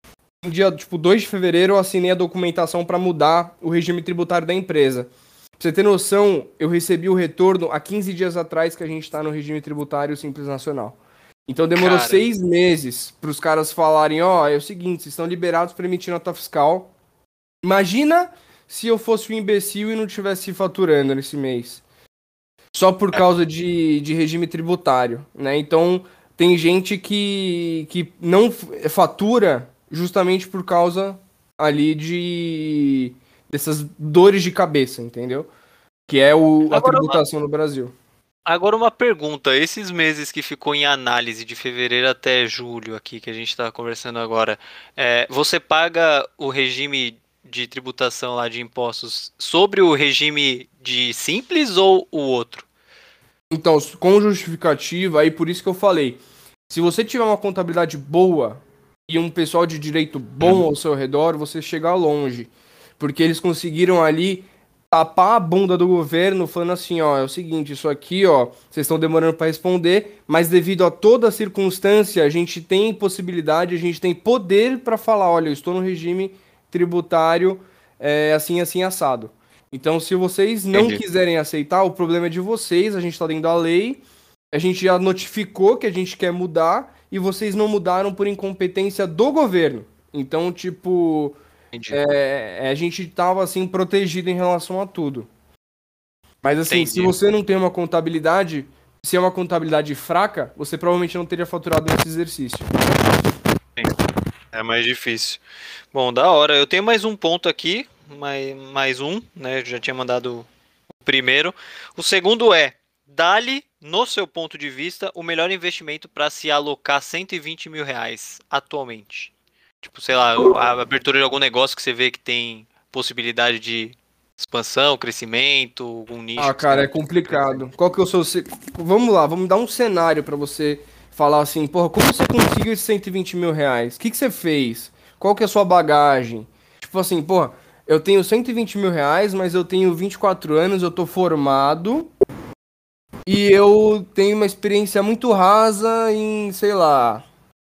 no dia, tipo, 2 de fevereiro, eu assinei a documentação para mudar o regime tributário da empresa. Pra você ter noção, eu recebi o retorno há 15 dias atrás que a gente tá no regime tributário Simples Nacional. Então demorou Cara. 6 meses pros caras falarem, ó, é o seguinte, vocês estão liberados para emitir nota fiscal. Imagina se eu fosse um imbecil e não tivesse faturando nesse mês. Só por causa de regime tributário, né? Então, tem gente que não fatura justamente por causa ali dessas dores de cabeça, entendeu? Que é a tributação no Brasil. Agora uma pergunta, esses meses que ficou em análise de fevereiro até julho aqui, que a gente está conversando agora, você paga o regime de tributação lá de impostos sobre o regime de simples ou o outro? Então, com justificativa, aí por isso que eu falei, se você tiver uma contabilidade boa e um pessoal de direito bom ao seu redor, você chega longe. Porque eles conseguiram ali tapar a bunda do governo falando assim, ó, é o seguinte, isso aqui, ó, vocês estão demorando para responder, mas devido a toda a circunstância, a gente tem possibilidade, a gente tem poder para falar, olha, eu estou no regime tributário assim, assim, assado. Então, se vocês não quiserem aceitar, o problema é de vocês, a gente tá dentro da lei, a gente já notificou que a gente quer mudar e vocês não mudaram por incompetência do governo. Então, tipo, a gente tava, assim, protegido em relação a tudo. Mas, assim, se você não tem uma contabilidade, se é uma contabilidade fraca, você provavelmente não teria faturado nesse exercício. É mais difícil. Bom, da hora. Eu tenho mais um ponto aqui, mais um, né? Eu já tinha mandado o primeiro. O segundo dá-lhe, no seu ponto de vista, o melhor investimento para se alocar 120 mil reais atualmente. Tipo, sei lá, a abertura de algum negócio que você vê que tem possibilidade de expansão, crescimento, algum nicho. Ah, cara, é complicado. Qual que é o seu... Vamos lá, vamos dar um cenário pra você falar assim, porra, como você conseguiu esses 120 mil reais? O que você fez? Qual que é a sua bagagem? Tipo assim, porra, eu tenho 120 mil reais, mas eu tenho 24 anos, eu tô formado e eu tenho uma experiência muito rasa em, sei lá,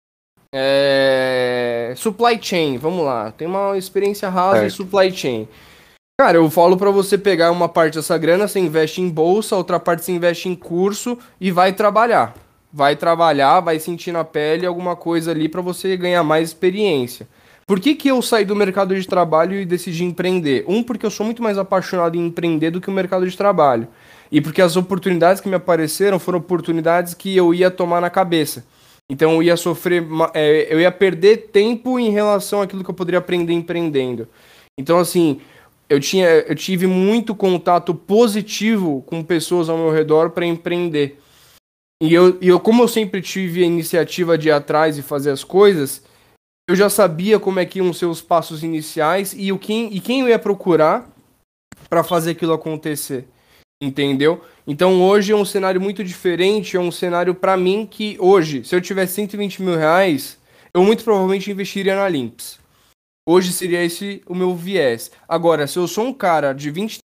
supply chain, vamos lá. Tem uma experiência rasa em supply chain. Cara, eu falo pra você pegar uma parte dessa grana, você investe em bolsa, outra parte você investe em curso e vai trabalhar. Vai trabalhar, vai sentir na pele alguma coisa ali pra você ganhar mais experiência. Por que que eu saí do mercado de trabalho e decidi empreender? Porque eu sou muito mais apaixonado em empreender do que o mercado de trabalho. E porque as oportunidades que me apareceram foram oportunidades que eu ia tomar na cabeça. Então eu ia sofrer, eu ia perder tempo em relação àquilo que eu poderia aprender empreendendo. Então assim, eu tive muito contato positivo com pessoas ao meu redor para empreender. E eu, como eu sempre tive a iniciativa de ir atrás e fazer as coisas, eu já sabia como é que iam ser os passos iniciais e quem eu ia procurar para fazer aquilo acontecer. Entendeu? Então hoje é um cenário muito diferente, é um cenário para mim que hoje, se eu tivesse 120 mil reais, eu muito provavelmente investiria na Limps. Hoje seria esse o meu viés. Agora, se eu sou um cara de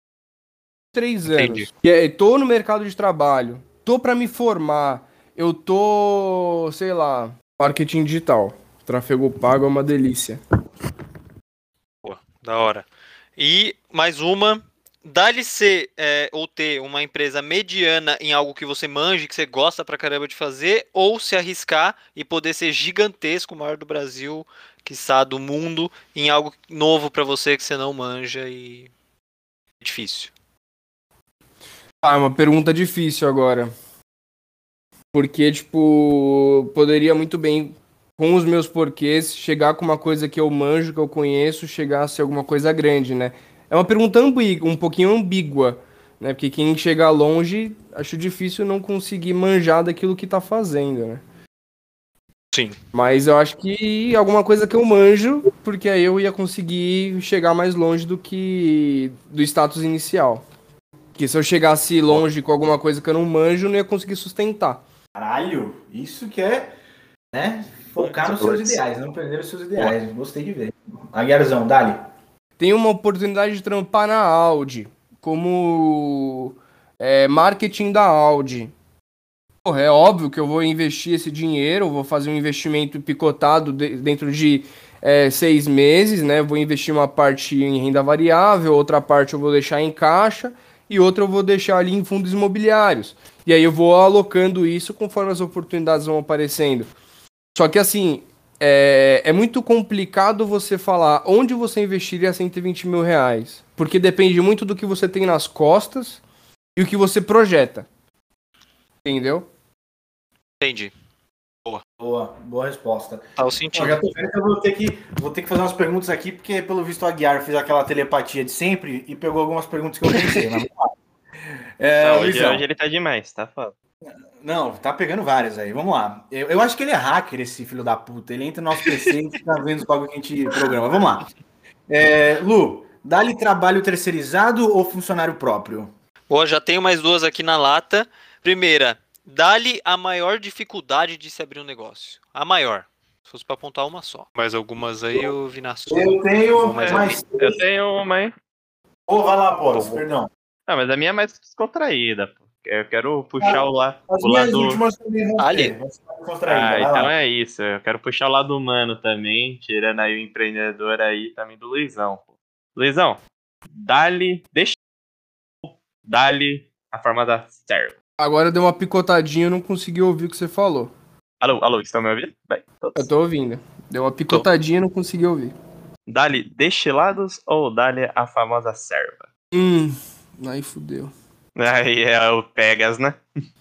23 anos, e tô no mercado de trabalho, tô para me formar, eu tô, sei lá, marketing digital, tráfego pago é uma delícia. Pô, da hora. E mais uma, dá-lhe ser ou ter uma empresa mediana em algo que você manje, que você gosta pra caramba de fazer, ou se arriscar e poder ser gigantesco, o maior do Brasil, quiçá do mundo, em algo novo pra você que você não manja e é difícil. Ah, uma pergunta difícil agora. Porque, tipo, poderia muito bem, com os meus porquês, chegar com uma coisa que eu manjo, que eu conheço, chegar a ser alguma coisa grande, né? É uma pergunta um pouquinho ambígua, né? Porque quem chega longe, acho difícil não conseguir manjar daquilo que tá fazendo, né? Sim. Mas eu acho que alguma coisa que eu manjo, porque aí eu ia conseguir chegar mais longe do que do status inicial. Porque se eu chegasse longe com alguma coisa que eu não manjo, eu não ia conseguir sustentar. Caralho, isso que é, né? Focar nos seus ideais, não perder os seus ideais. Gostei de ver. Aguiarzão, dali. Tem uma oportunidade de trampar na Audi, como marketing da Audi. Porra, é óbvio que eu vou investir esse dinheiro, vou fazer um investimento picotado dentro de 6 meses, né? Vou investir uma parte em renda variável, outra parte eu vou deixar em caixa e outra eu vou deixar ali em fundos imobiliários. E aí eu vou alocando isso conforme as oportunidades vão aparecendo. Só que assim, é muito complicado você falar onde você investiria 120 mil reais. Porque depende muito do que você tem nas costas e o que você projeta. Entendeu? Entendi. Boa resposta. Tá o Bom, sentido. já tô vendo que eu vou ter que fazer umas perguntas aqui, porque pelo visto o Aguiar fez aquela telepatia de sempre e pegou algumas perguntas que eu pensei. Mas vamos lá. Não, Luizão. hoje ele tá demais, tá foda. Não, tá pegando várias aí. Vamos lá. Eu acho que ele é hacker, esse filho da puta. Ele entra no nosso PC e fica vendo os bagulho que a gente programa. Vamos lá. Lu, dá-lhe trabalho terceirizado ou funcionário próprio? Pô, já tenho mais duas aqui na lata. Primeira, dá-lhe a maior dificuldade de se abrir um negócio. A maior. Se fosse pra apontar uma só. Mais algumas aí eu vi na sua. Eu tenho Mas mais. Eu tenho uma, hein? Ô, vai lá, Poros, perdão. Ah, mas a minha é mais descontraída, pô. Eu quero puxar o As lado. minhas últimas também vão Ali. ter. Vai ser mais contraída, vai Então lá. é isso. Eu quero puxar o lado humano também, tirando aí o empreendedor aí também do Luizão, pô. Luizão, dá-lhe a forma da serva. Agora deu uma picotadinha, eu não consegui ouvir o que você falou. Alô, estão me ouvindo? Bem, todos. Eu tô ouvindo. Deu uma picotadinha, não consegui ouvir. Dá-lhe destilados ou dá-lhe a famosa serva? Aí fudeu. Aí é o Pegas, né?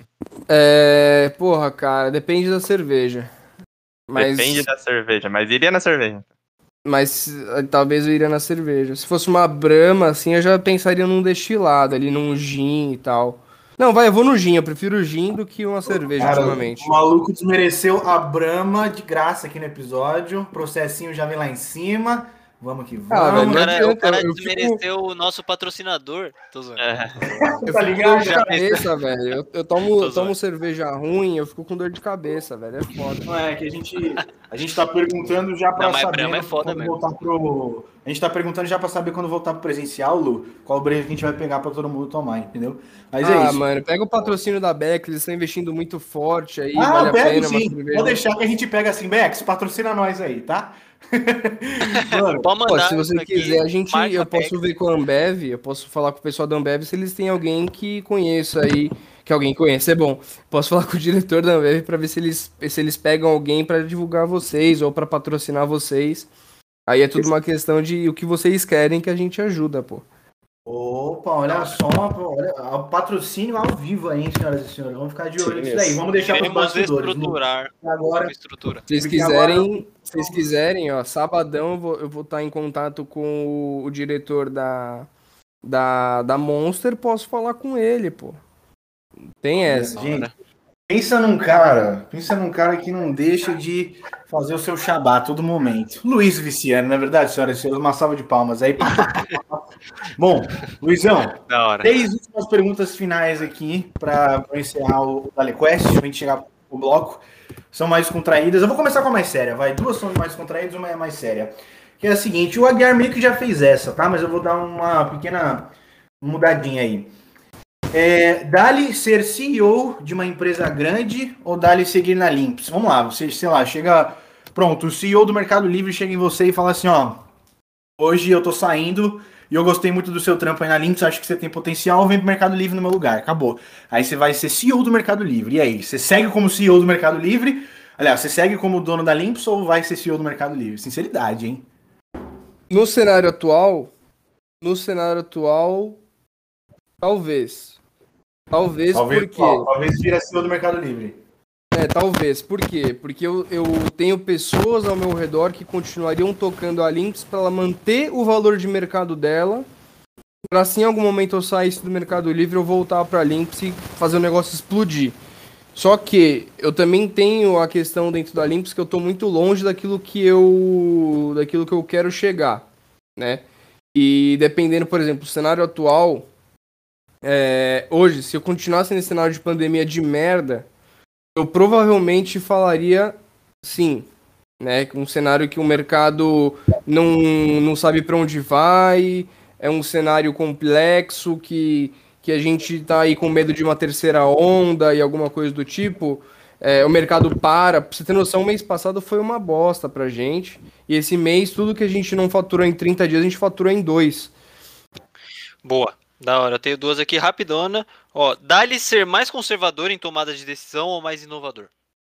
Porra, cara, depende da cerveja. Depende da cerveja, mas iria na cerveja. Mas talvez eu iria na cerveja. Se fosse uma Brahma, assim, eu já pensaria num destilado ali, num gin e tal. Não, vai, eu vou no gin. Eu prefiro gin do que uma cerveja Cara, ultimamente. o maluco desmereceu a Brahma de graça aqui no episódio. O processinho já vem lá em cima. Vamos que Ah, vamos. velho, O cara eu desmereceu o nosso patrocinador. Tô zoando. Eu Tá fico com ligado? dor de Já cabeça, velho. Eu Tô tomo zoando. cerveja ruim, eu fico com dor de cabeça, velho. É foda. Não é que a gente tá perguntando já pra Não, mas saber Brahma é foda quando mesmo. voltar pro. A gente tá perguntando já pra saber quando voltar pro presencial, Lu, qual breja que a gente vai pegar pra todo mundo tomar, entendeu? Mas é isso. Mano, pega o patrocínio da Beck, eles estão investindo muito forte aí, Ah, vale a pega pena uma sim. cerveja. Pode deixar que a gente pega assim, Bex, patrocina nós aí, tá? Mano, Pode Pô, mandar se você isso aqui, quiser, marca eu a posso Bex. ver com a Ambev, eu posso falar com o pessoal da Ambev se eles têm alguém que conheça aí, que alguém conheça, é bom. Posso falar com o diretor da Ambev pra ver se eles pegam alguém pra divulgar vocês ou pra patrocinar vocês. Aí é tudo uma questão de o que vocês querem que a gente ajuda, pô. opa, olha só, pô, olha, o patrocínio ao vivo aí, hein, senhoras e senhores. Vamos ficar de olho nisso daí. Vamos deixar para os Queremos bastidores. Lu. estruturar Agora, uma estrutura. Se vocês Porque quiserem, ó, sabadão eu vou estar em contato com o diretor da Monster, posso falar com ele, pô. Tem essa. gente, pensa num cara que não deixa de fazer o seu xabá a todo momento. Luiz Viciano, não é verdade, senhoras e senhores? Uma salva de palmas aí. Bom, Luizão, Da hora. 3 últimas perguntas finais aqui para encerrar o DaleQuest, pra gente chegar pro bloco. São mais contraídas. Eu vou começar com a mais séria, vai. 2 são mais contraídas, uma é mais séria. Que é a seguinte, o Aguiar meio que já fez essa, tá? Mas eu vou dar uma pequena mudadinha aí. Dá-lhe ser CEO de uma empresa grande ou dá-lhe seguir na Limps? Vamos lá, você, sei lá, chega... Pronto, o CEO do Mercado Livre chega em você e fala assim, ó, hoje eu tô saindo e eu gostei muito do seu trampo aí na Limps, acho que você tem potencial, vem pro Mercado Livre no meu lugar, acabou. Aí você vai ser CEO do Mercado Livre, e aí? Você segue como CEO do Mercado Livre? Aliás, você segue como dono da Limps ou vai ser CEO do Mercado Livre? Sinceridade, hein? No cenário atual, talvez. Talvez porque... Talvez vira CEO do Mercado Livre. Talvez. Por quê? Porque eu tenho pessoas ao meu redor que continuariam tocando a Limps para ela manter o valor de mercado dela, para assim em algum momento eu saísse do Mercado Livre, eu voltar para a Limps e fazer o negócio explodir. Só que eu também tenho a questão dentro da Limps que eu estou muito longe daquilo que eu quero chegar, né? E dependendo, por exemplo, do cenário atual, hoje, se eu continuasse nesse cenário de pandemia de merda, eu provavelmente falaria sim, né? Um cenário que o mercado não sabe para onde vai, é um cenário complexo que a gente tá aí com medo de uma terceira onda e alguma coisa do tipo. o mercado para. Pra você ter noção, o mês passado foi uma bosta pra gente. E esse mês, tudo que a gente não faturou em 30 dias, a gente faturou em 2. Boa. Da hora. Eu tenho duas aqui rapidona. Ó, dá-lhe ser mais conservador em tomada de decisão ou mais inovador?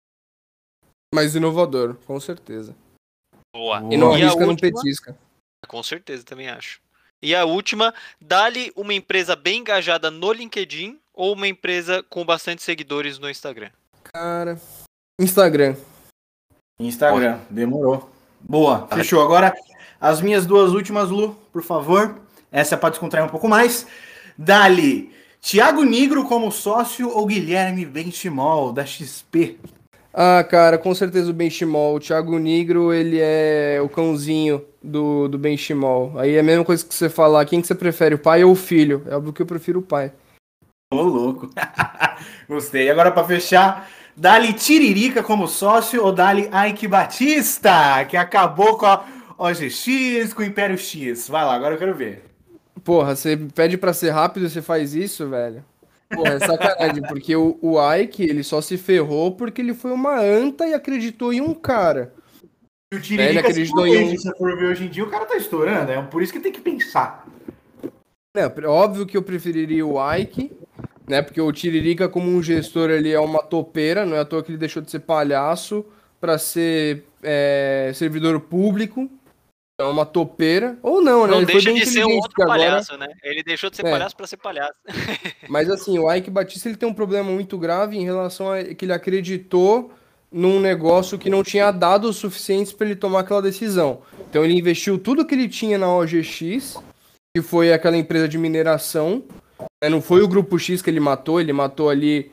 Mais inovador, com certeza. Boa. E não E a arrisca, não última? petisca. Com certeza, também acho. E a última, dá-lhe uma empresa bem engajada no LinkedIn ou uma empresa com bastante seguidores no Instagram? Cara. Instagram. Instagram, demorou. Boa, fechou. Agora, as minhas duas últimas, Lu, por favor. Essa é pra descontrair um pouco mais. Dali, Thiago Nigro como sócio ou Guilherme Benchimol, da XP? Ah, cara, com certeza o Benchimol. O Thiago Nigro, ele é o cãozinho do Benchimol. Aí é a mesma coisa que você falar, quem que você prefere, o pai ou o filho? É óbvio que eu prefiro o pai. Ô, louco. Gostei. Agora, pra fechar, Dali Tiririca como sócio ou Dali Ike Batista, que acabou com a OGX, com o Império X? Vai lá, agora eu quero ver. Porra, você pede pra ser rápido e você faz isso, velho? Porra, é sacanagem, porque o Ike, ele só se ferrou porque ele foi uma anta e acreditou em um cara. E o Ele Tiririca, acreditou em um... se você for ver hoje em dia, o cara tá estourando. É por isso que tem que pensar. É, óbvio que eu preferiria o Ike, né? Porque o Tiririca, como um gestor, ele é uma topeira, não é à toa que ele deixou de ser palhaço pra ser servidor público. É uma topeira. Ou não, né? Não Ele foi deixa bem de ser um inteligente, outro porque agora... palhaço, né? Ele deixou de ser palhaço pra ser palhaço. Mas assim, o Ike Batista, ele tem um problema muito grave em relação a que ele acreditou num negócio que não tinha dados suficientes para ele tomar aquela decisão. Então ele investiu tudo que ele tinha na OGX, que foi aquela empresa de mineração. Não foi o Grupo X que ele matou ali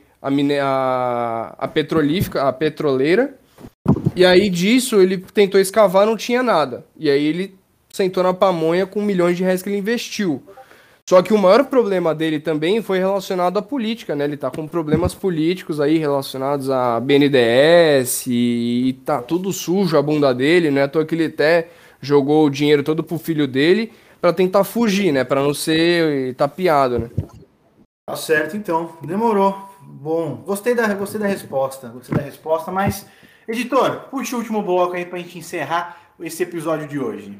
a petrolífica, a petroleira. E aí disso ele tentou escavar, não tinha nada. E aí ele sentou na pamonha com milhões de reais que ele investiu. Só que o maior problema dele também foi relacionado à política, né? Ele tá com problemas políticos aí relacionados a BNDES e tá tudo sujo a bunda dele, né? À toa que ele até jogou o dinheiro todo pro filho dele pra tentar fugir, né? Pra não ser tapeado, né? Tá certo, então. Demorou. Bom, gostei da resposta. Mas, editor, puxa o último bloco aí pra gente encerrar esse episódio de hoje.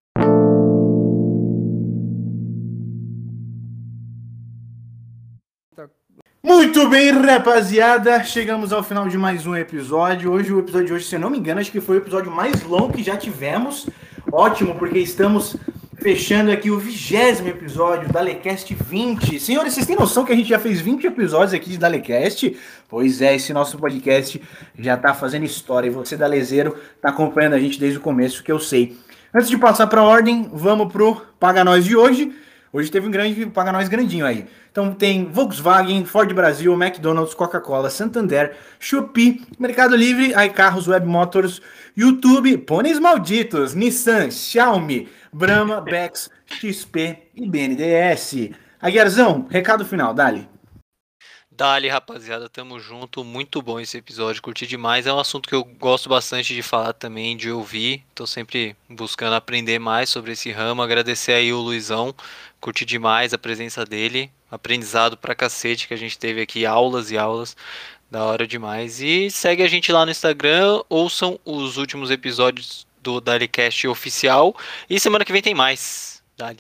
Muito bem, rapaziada, chegamos ao final de mais um episódio. Hoje, o episódio de hoje, se eu não me engano, acho que foi o episódio mais longo que já tivemos. Ótimo, porque estamos fechando aqui o 20º episódio da Dalecast 20. Senhores, vocês têm noção que a gente já fez 20 episódios aqui de Dalecast? Pois é, esse nosso podcast já tá fazendo história e você, dalezeiro, tá acompanhando a gente desde o começo, que eu sei. Antes de passar pra ordem, vamos pro Paga Nós de hoje. Hoje teve um grande Paga Nós grandinho aí. Então tem Volkswagen, Ford Brasil, McDonald's, Coca-Cola, Santander, Shopee, Mercado Livre, iCarros, Web Motors, YouTube, Pôneis Malditos, Nissan, Xiaomi, Brahma, Bex, XP e BNDES. Aguiarzão, recado final, dali. Dali, rapaziada, tamo junto, muito bom esse episódio, curti demais, é um assunto que eu gosto bastante de falar também, de ouvir, tô sempre buscando aprender mais sobre esse ramo, agradecer aí o Luizão, curti demais a presença dele, aprendizado pra cacete que a gente teve aqui, aulas e aulas, da hora demais, e segue a gente lá no Instagram, ouçam os últimos episódios do Dalicast oficial, e semana que vem tem mais, Dali.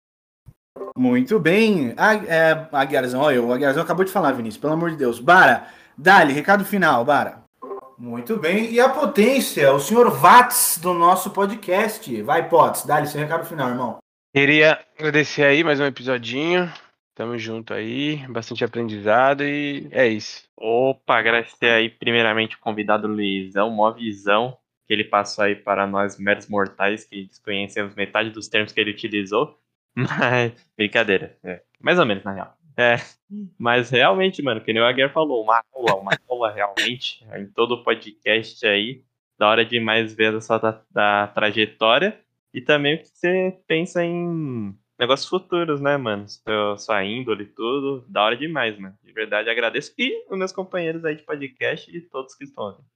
Muito bem. Aguiarzão, olha, o Aguiarzão acabou de falar, Vinícius, pelo amor de Deus. Bara, dali, recado final, Bara. Muito bem. E a potência, o senhor Watts do nosso podcast. Vai, Potts, dali, seu recado final, irmão. Queria agradecer aí mais um episodinho. Tamo junto aí, bastante aprendizado e é isso. Opa, agradecer aí primeiramente o convidado Luizão, mó visão que ele passou aí para nós meros mortais que desconhecemos metade dos termos que ele utilizou. Mas, brincadeira, mais ou menos na real. Mas realmente, mano, que nem o Aguiar falou, uma aula realmente, em todo o podcast aí, da hora demais ver a sua da trajetória e também o que você pensa em negócios futuros, né, mano? Sua índole e tudo, da hora demais, mano. De verdade, agradeço. E os meus companheiros aí de podcast e todos que estão aqui.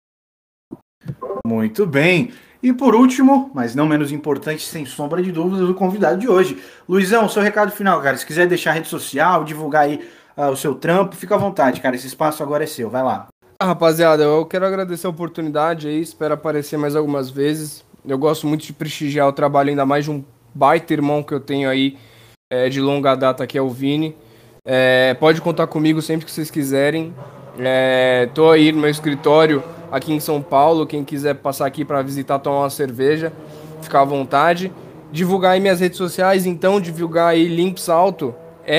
Muito bem. E por último, mas não menos importante, sem sombra de dúvidas, o convidado de hoje. Luizão, seu recado final, cara. Se quiser deixar a rede social, divulgar aí o seu trampo, fica à vontade, cara. Esse espaço agora é seu, vai lá. Rapaziada, eu quero agradecer a oportunidade aí, espero aparecer mais algumas vezes. Eu gosto muito de prestigiar o trabalho, ainda mais de um baita irmão que eu tenho aí de longa data, que é o Vini. Pode contar comigo sempre que vocês quiserem. Tô aí no meu escritório aqui em São Paulo, quem quiser passar aqui para visitar, tomar uma cerveja, ficar à vontade. Divulgar aí minhas redes sociais, então, divulgar aí Limps Alto,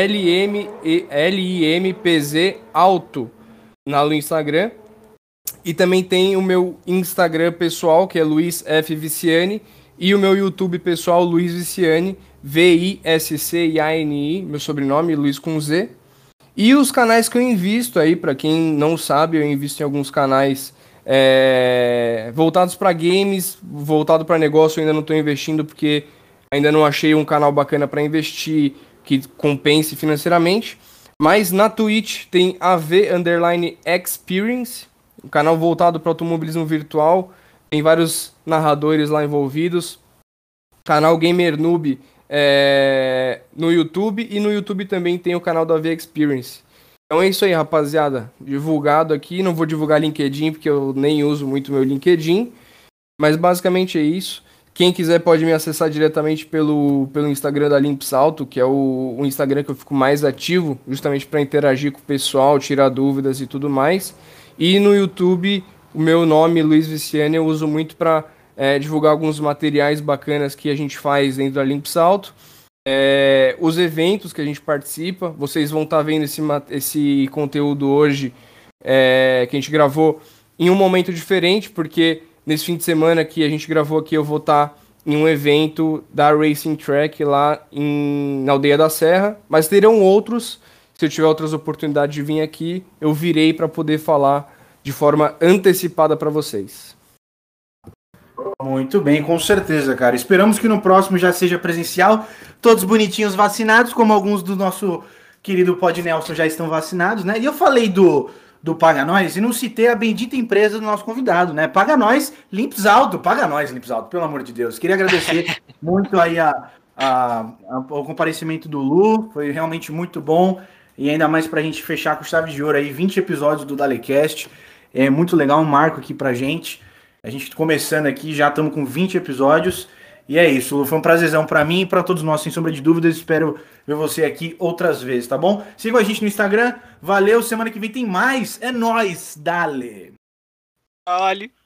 Limpz Alto, no Instagram. E também tem o meu Instagram pessoal, que é Luiz F. Viciani, e o meu YouTube pessoal, Luiz Viciani, Visciani, meu sobrenome, Luiz com Z. E os canais que eu invisto aí, para quem não sabe, eu invisto em alguns canais voltados para games, voltado para negócio. Eu ainda não estou investindo porque ainda não achei um canal bacana para investir que compense financeiramente. Mas na Twitch tem AV_Experience, um canal voltado para automobilismo virtual. Tem vários narradores lá envolvidos. Canal Gamer Noob no YouTube, e no YouTube também tem o canal da AV Experience. Então é isso aí, rapaziada. Divulgado aqui, não vou divulgar LinkedIn porque eu nem uso muito meu LinkedIn, mas basicamente é isso. Quem quiser pode me acessar diretamente pelo Instagram da Limps Alto, que é o Instagram que eu fico mais ativo, justamente para interagir com o pessoal, tirar dúvidas e tudo mais. E no YouTube, o meu nome, Luiz Viciani, eu uso muito para divulgar alguns materiais bacanas que a gente faz dentro da Limps Alto. Os eventos que a gente participa, vocês vão estar vendo esse conteúdo hoje, que a gente gravou em um momento diferente, porque nesse fim de semana que a gente gravou aqui, eu vou estar em um evento da Racing Track lá na Aldeia da Serra, mas terão outros. Se eu tiver outras oportunidades de vir aqui, eu virei para poder falar de forma antecipada para vocês. Muito bem, com certeza, cara. Esperamos que no próximo já seja presencial, todos bonitinhos vacinados, como alguns do nosso querido Pod Nelson já estão vacinados, né? E eu falei do Paga Nós e não citei a bendita empresa do nosso convidado, né? Paga Nós, Limps Alto, pelo amor de Deus. Queria agradecer muito aí o comparecimento do Lu, foi realmente muito bom, e ainda mais pra gente fechar com chave de ouro aí, 20 episódios do Dalecast, é muito legal, um marco aqui pra gente. A gente começando aqui, já estamos com 20 episódios. E é isso, foi um prazerzão pra mim e pra todos nós, sem sombra de dúvidas. Espero ver você aqui outras vezes, tá bom? Sigam a gente no Instagram. Valeu, semana que vem tem mais. É nóis, dale! Dale!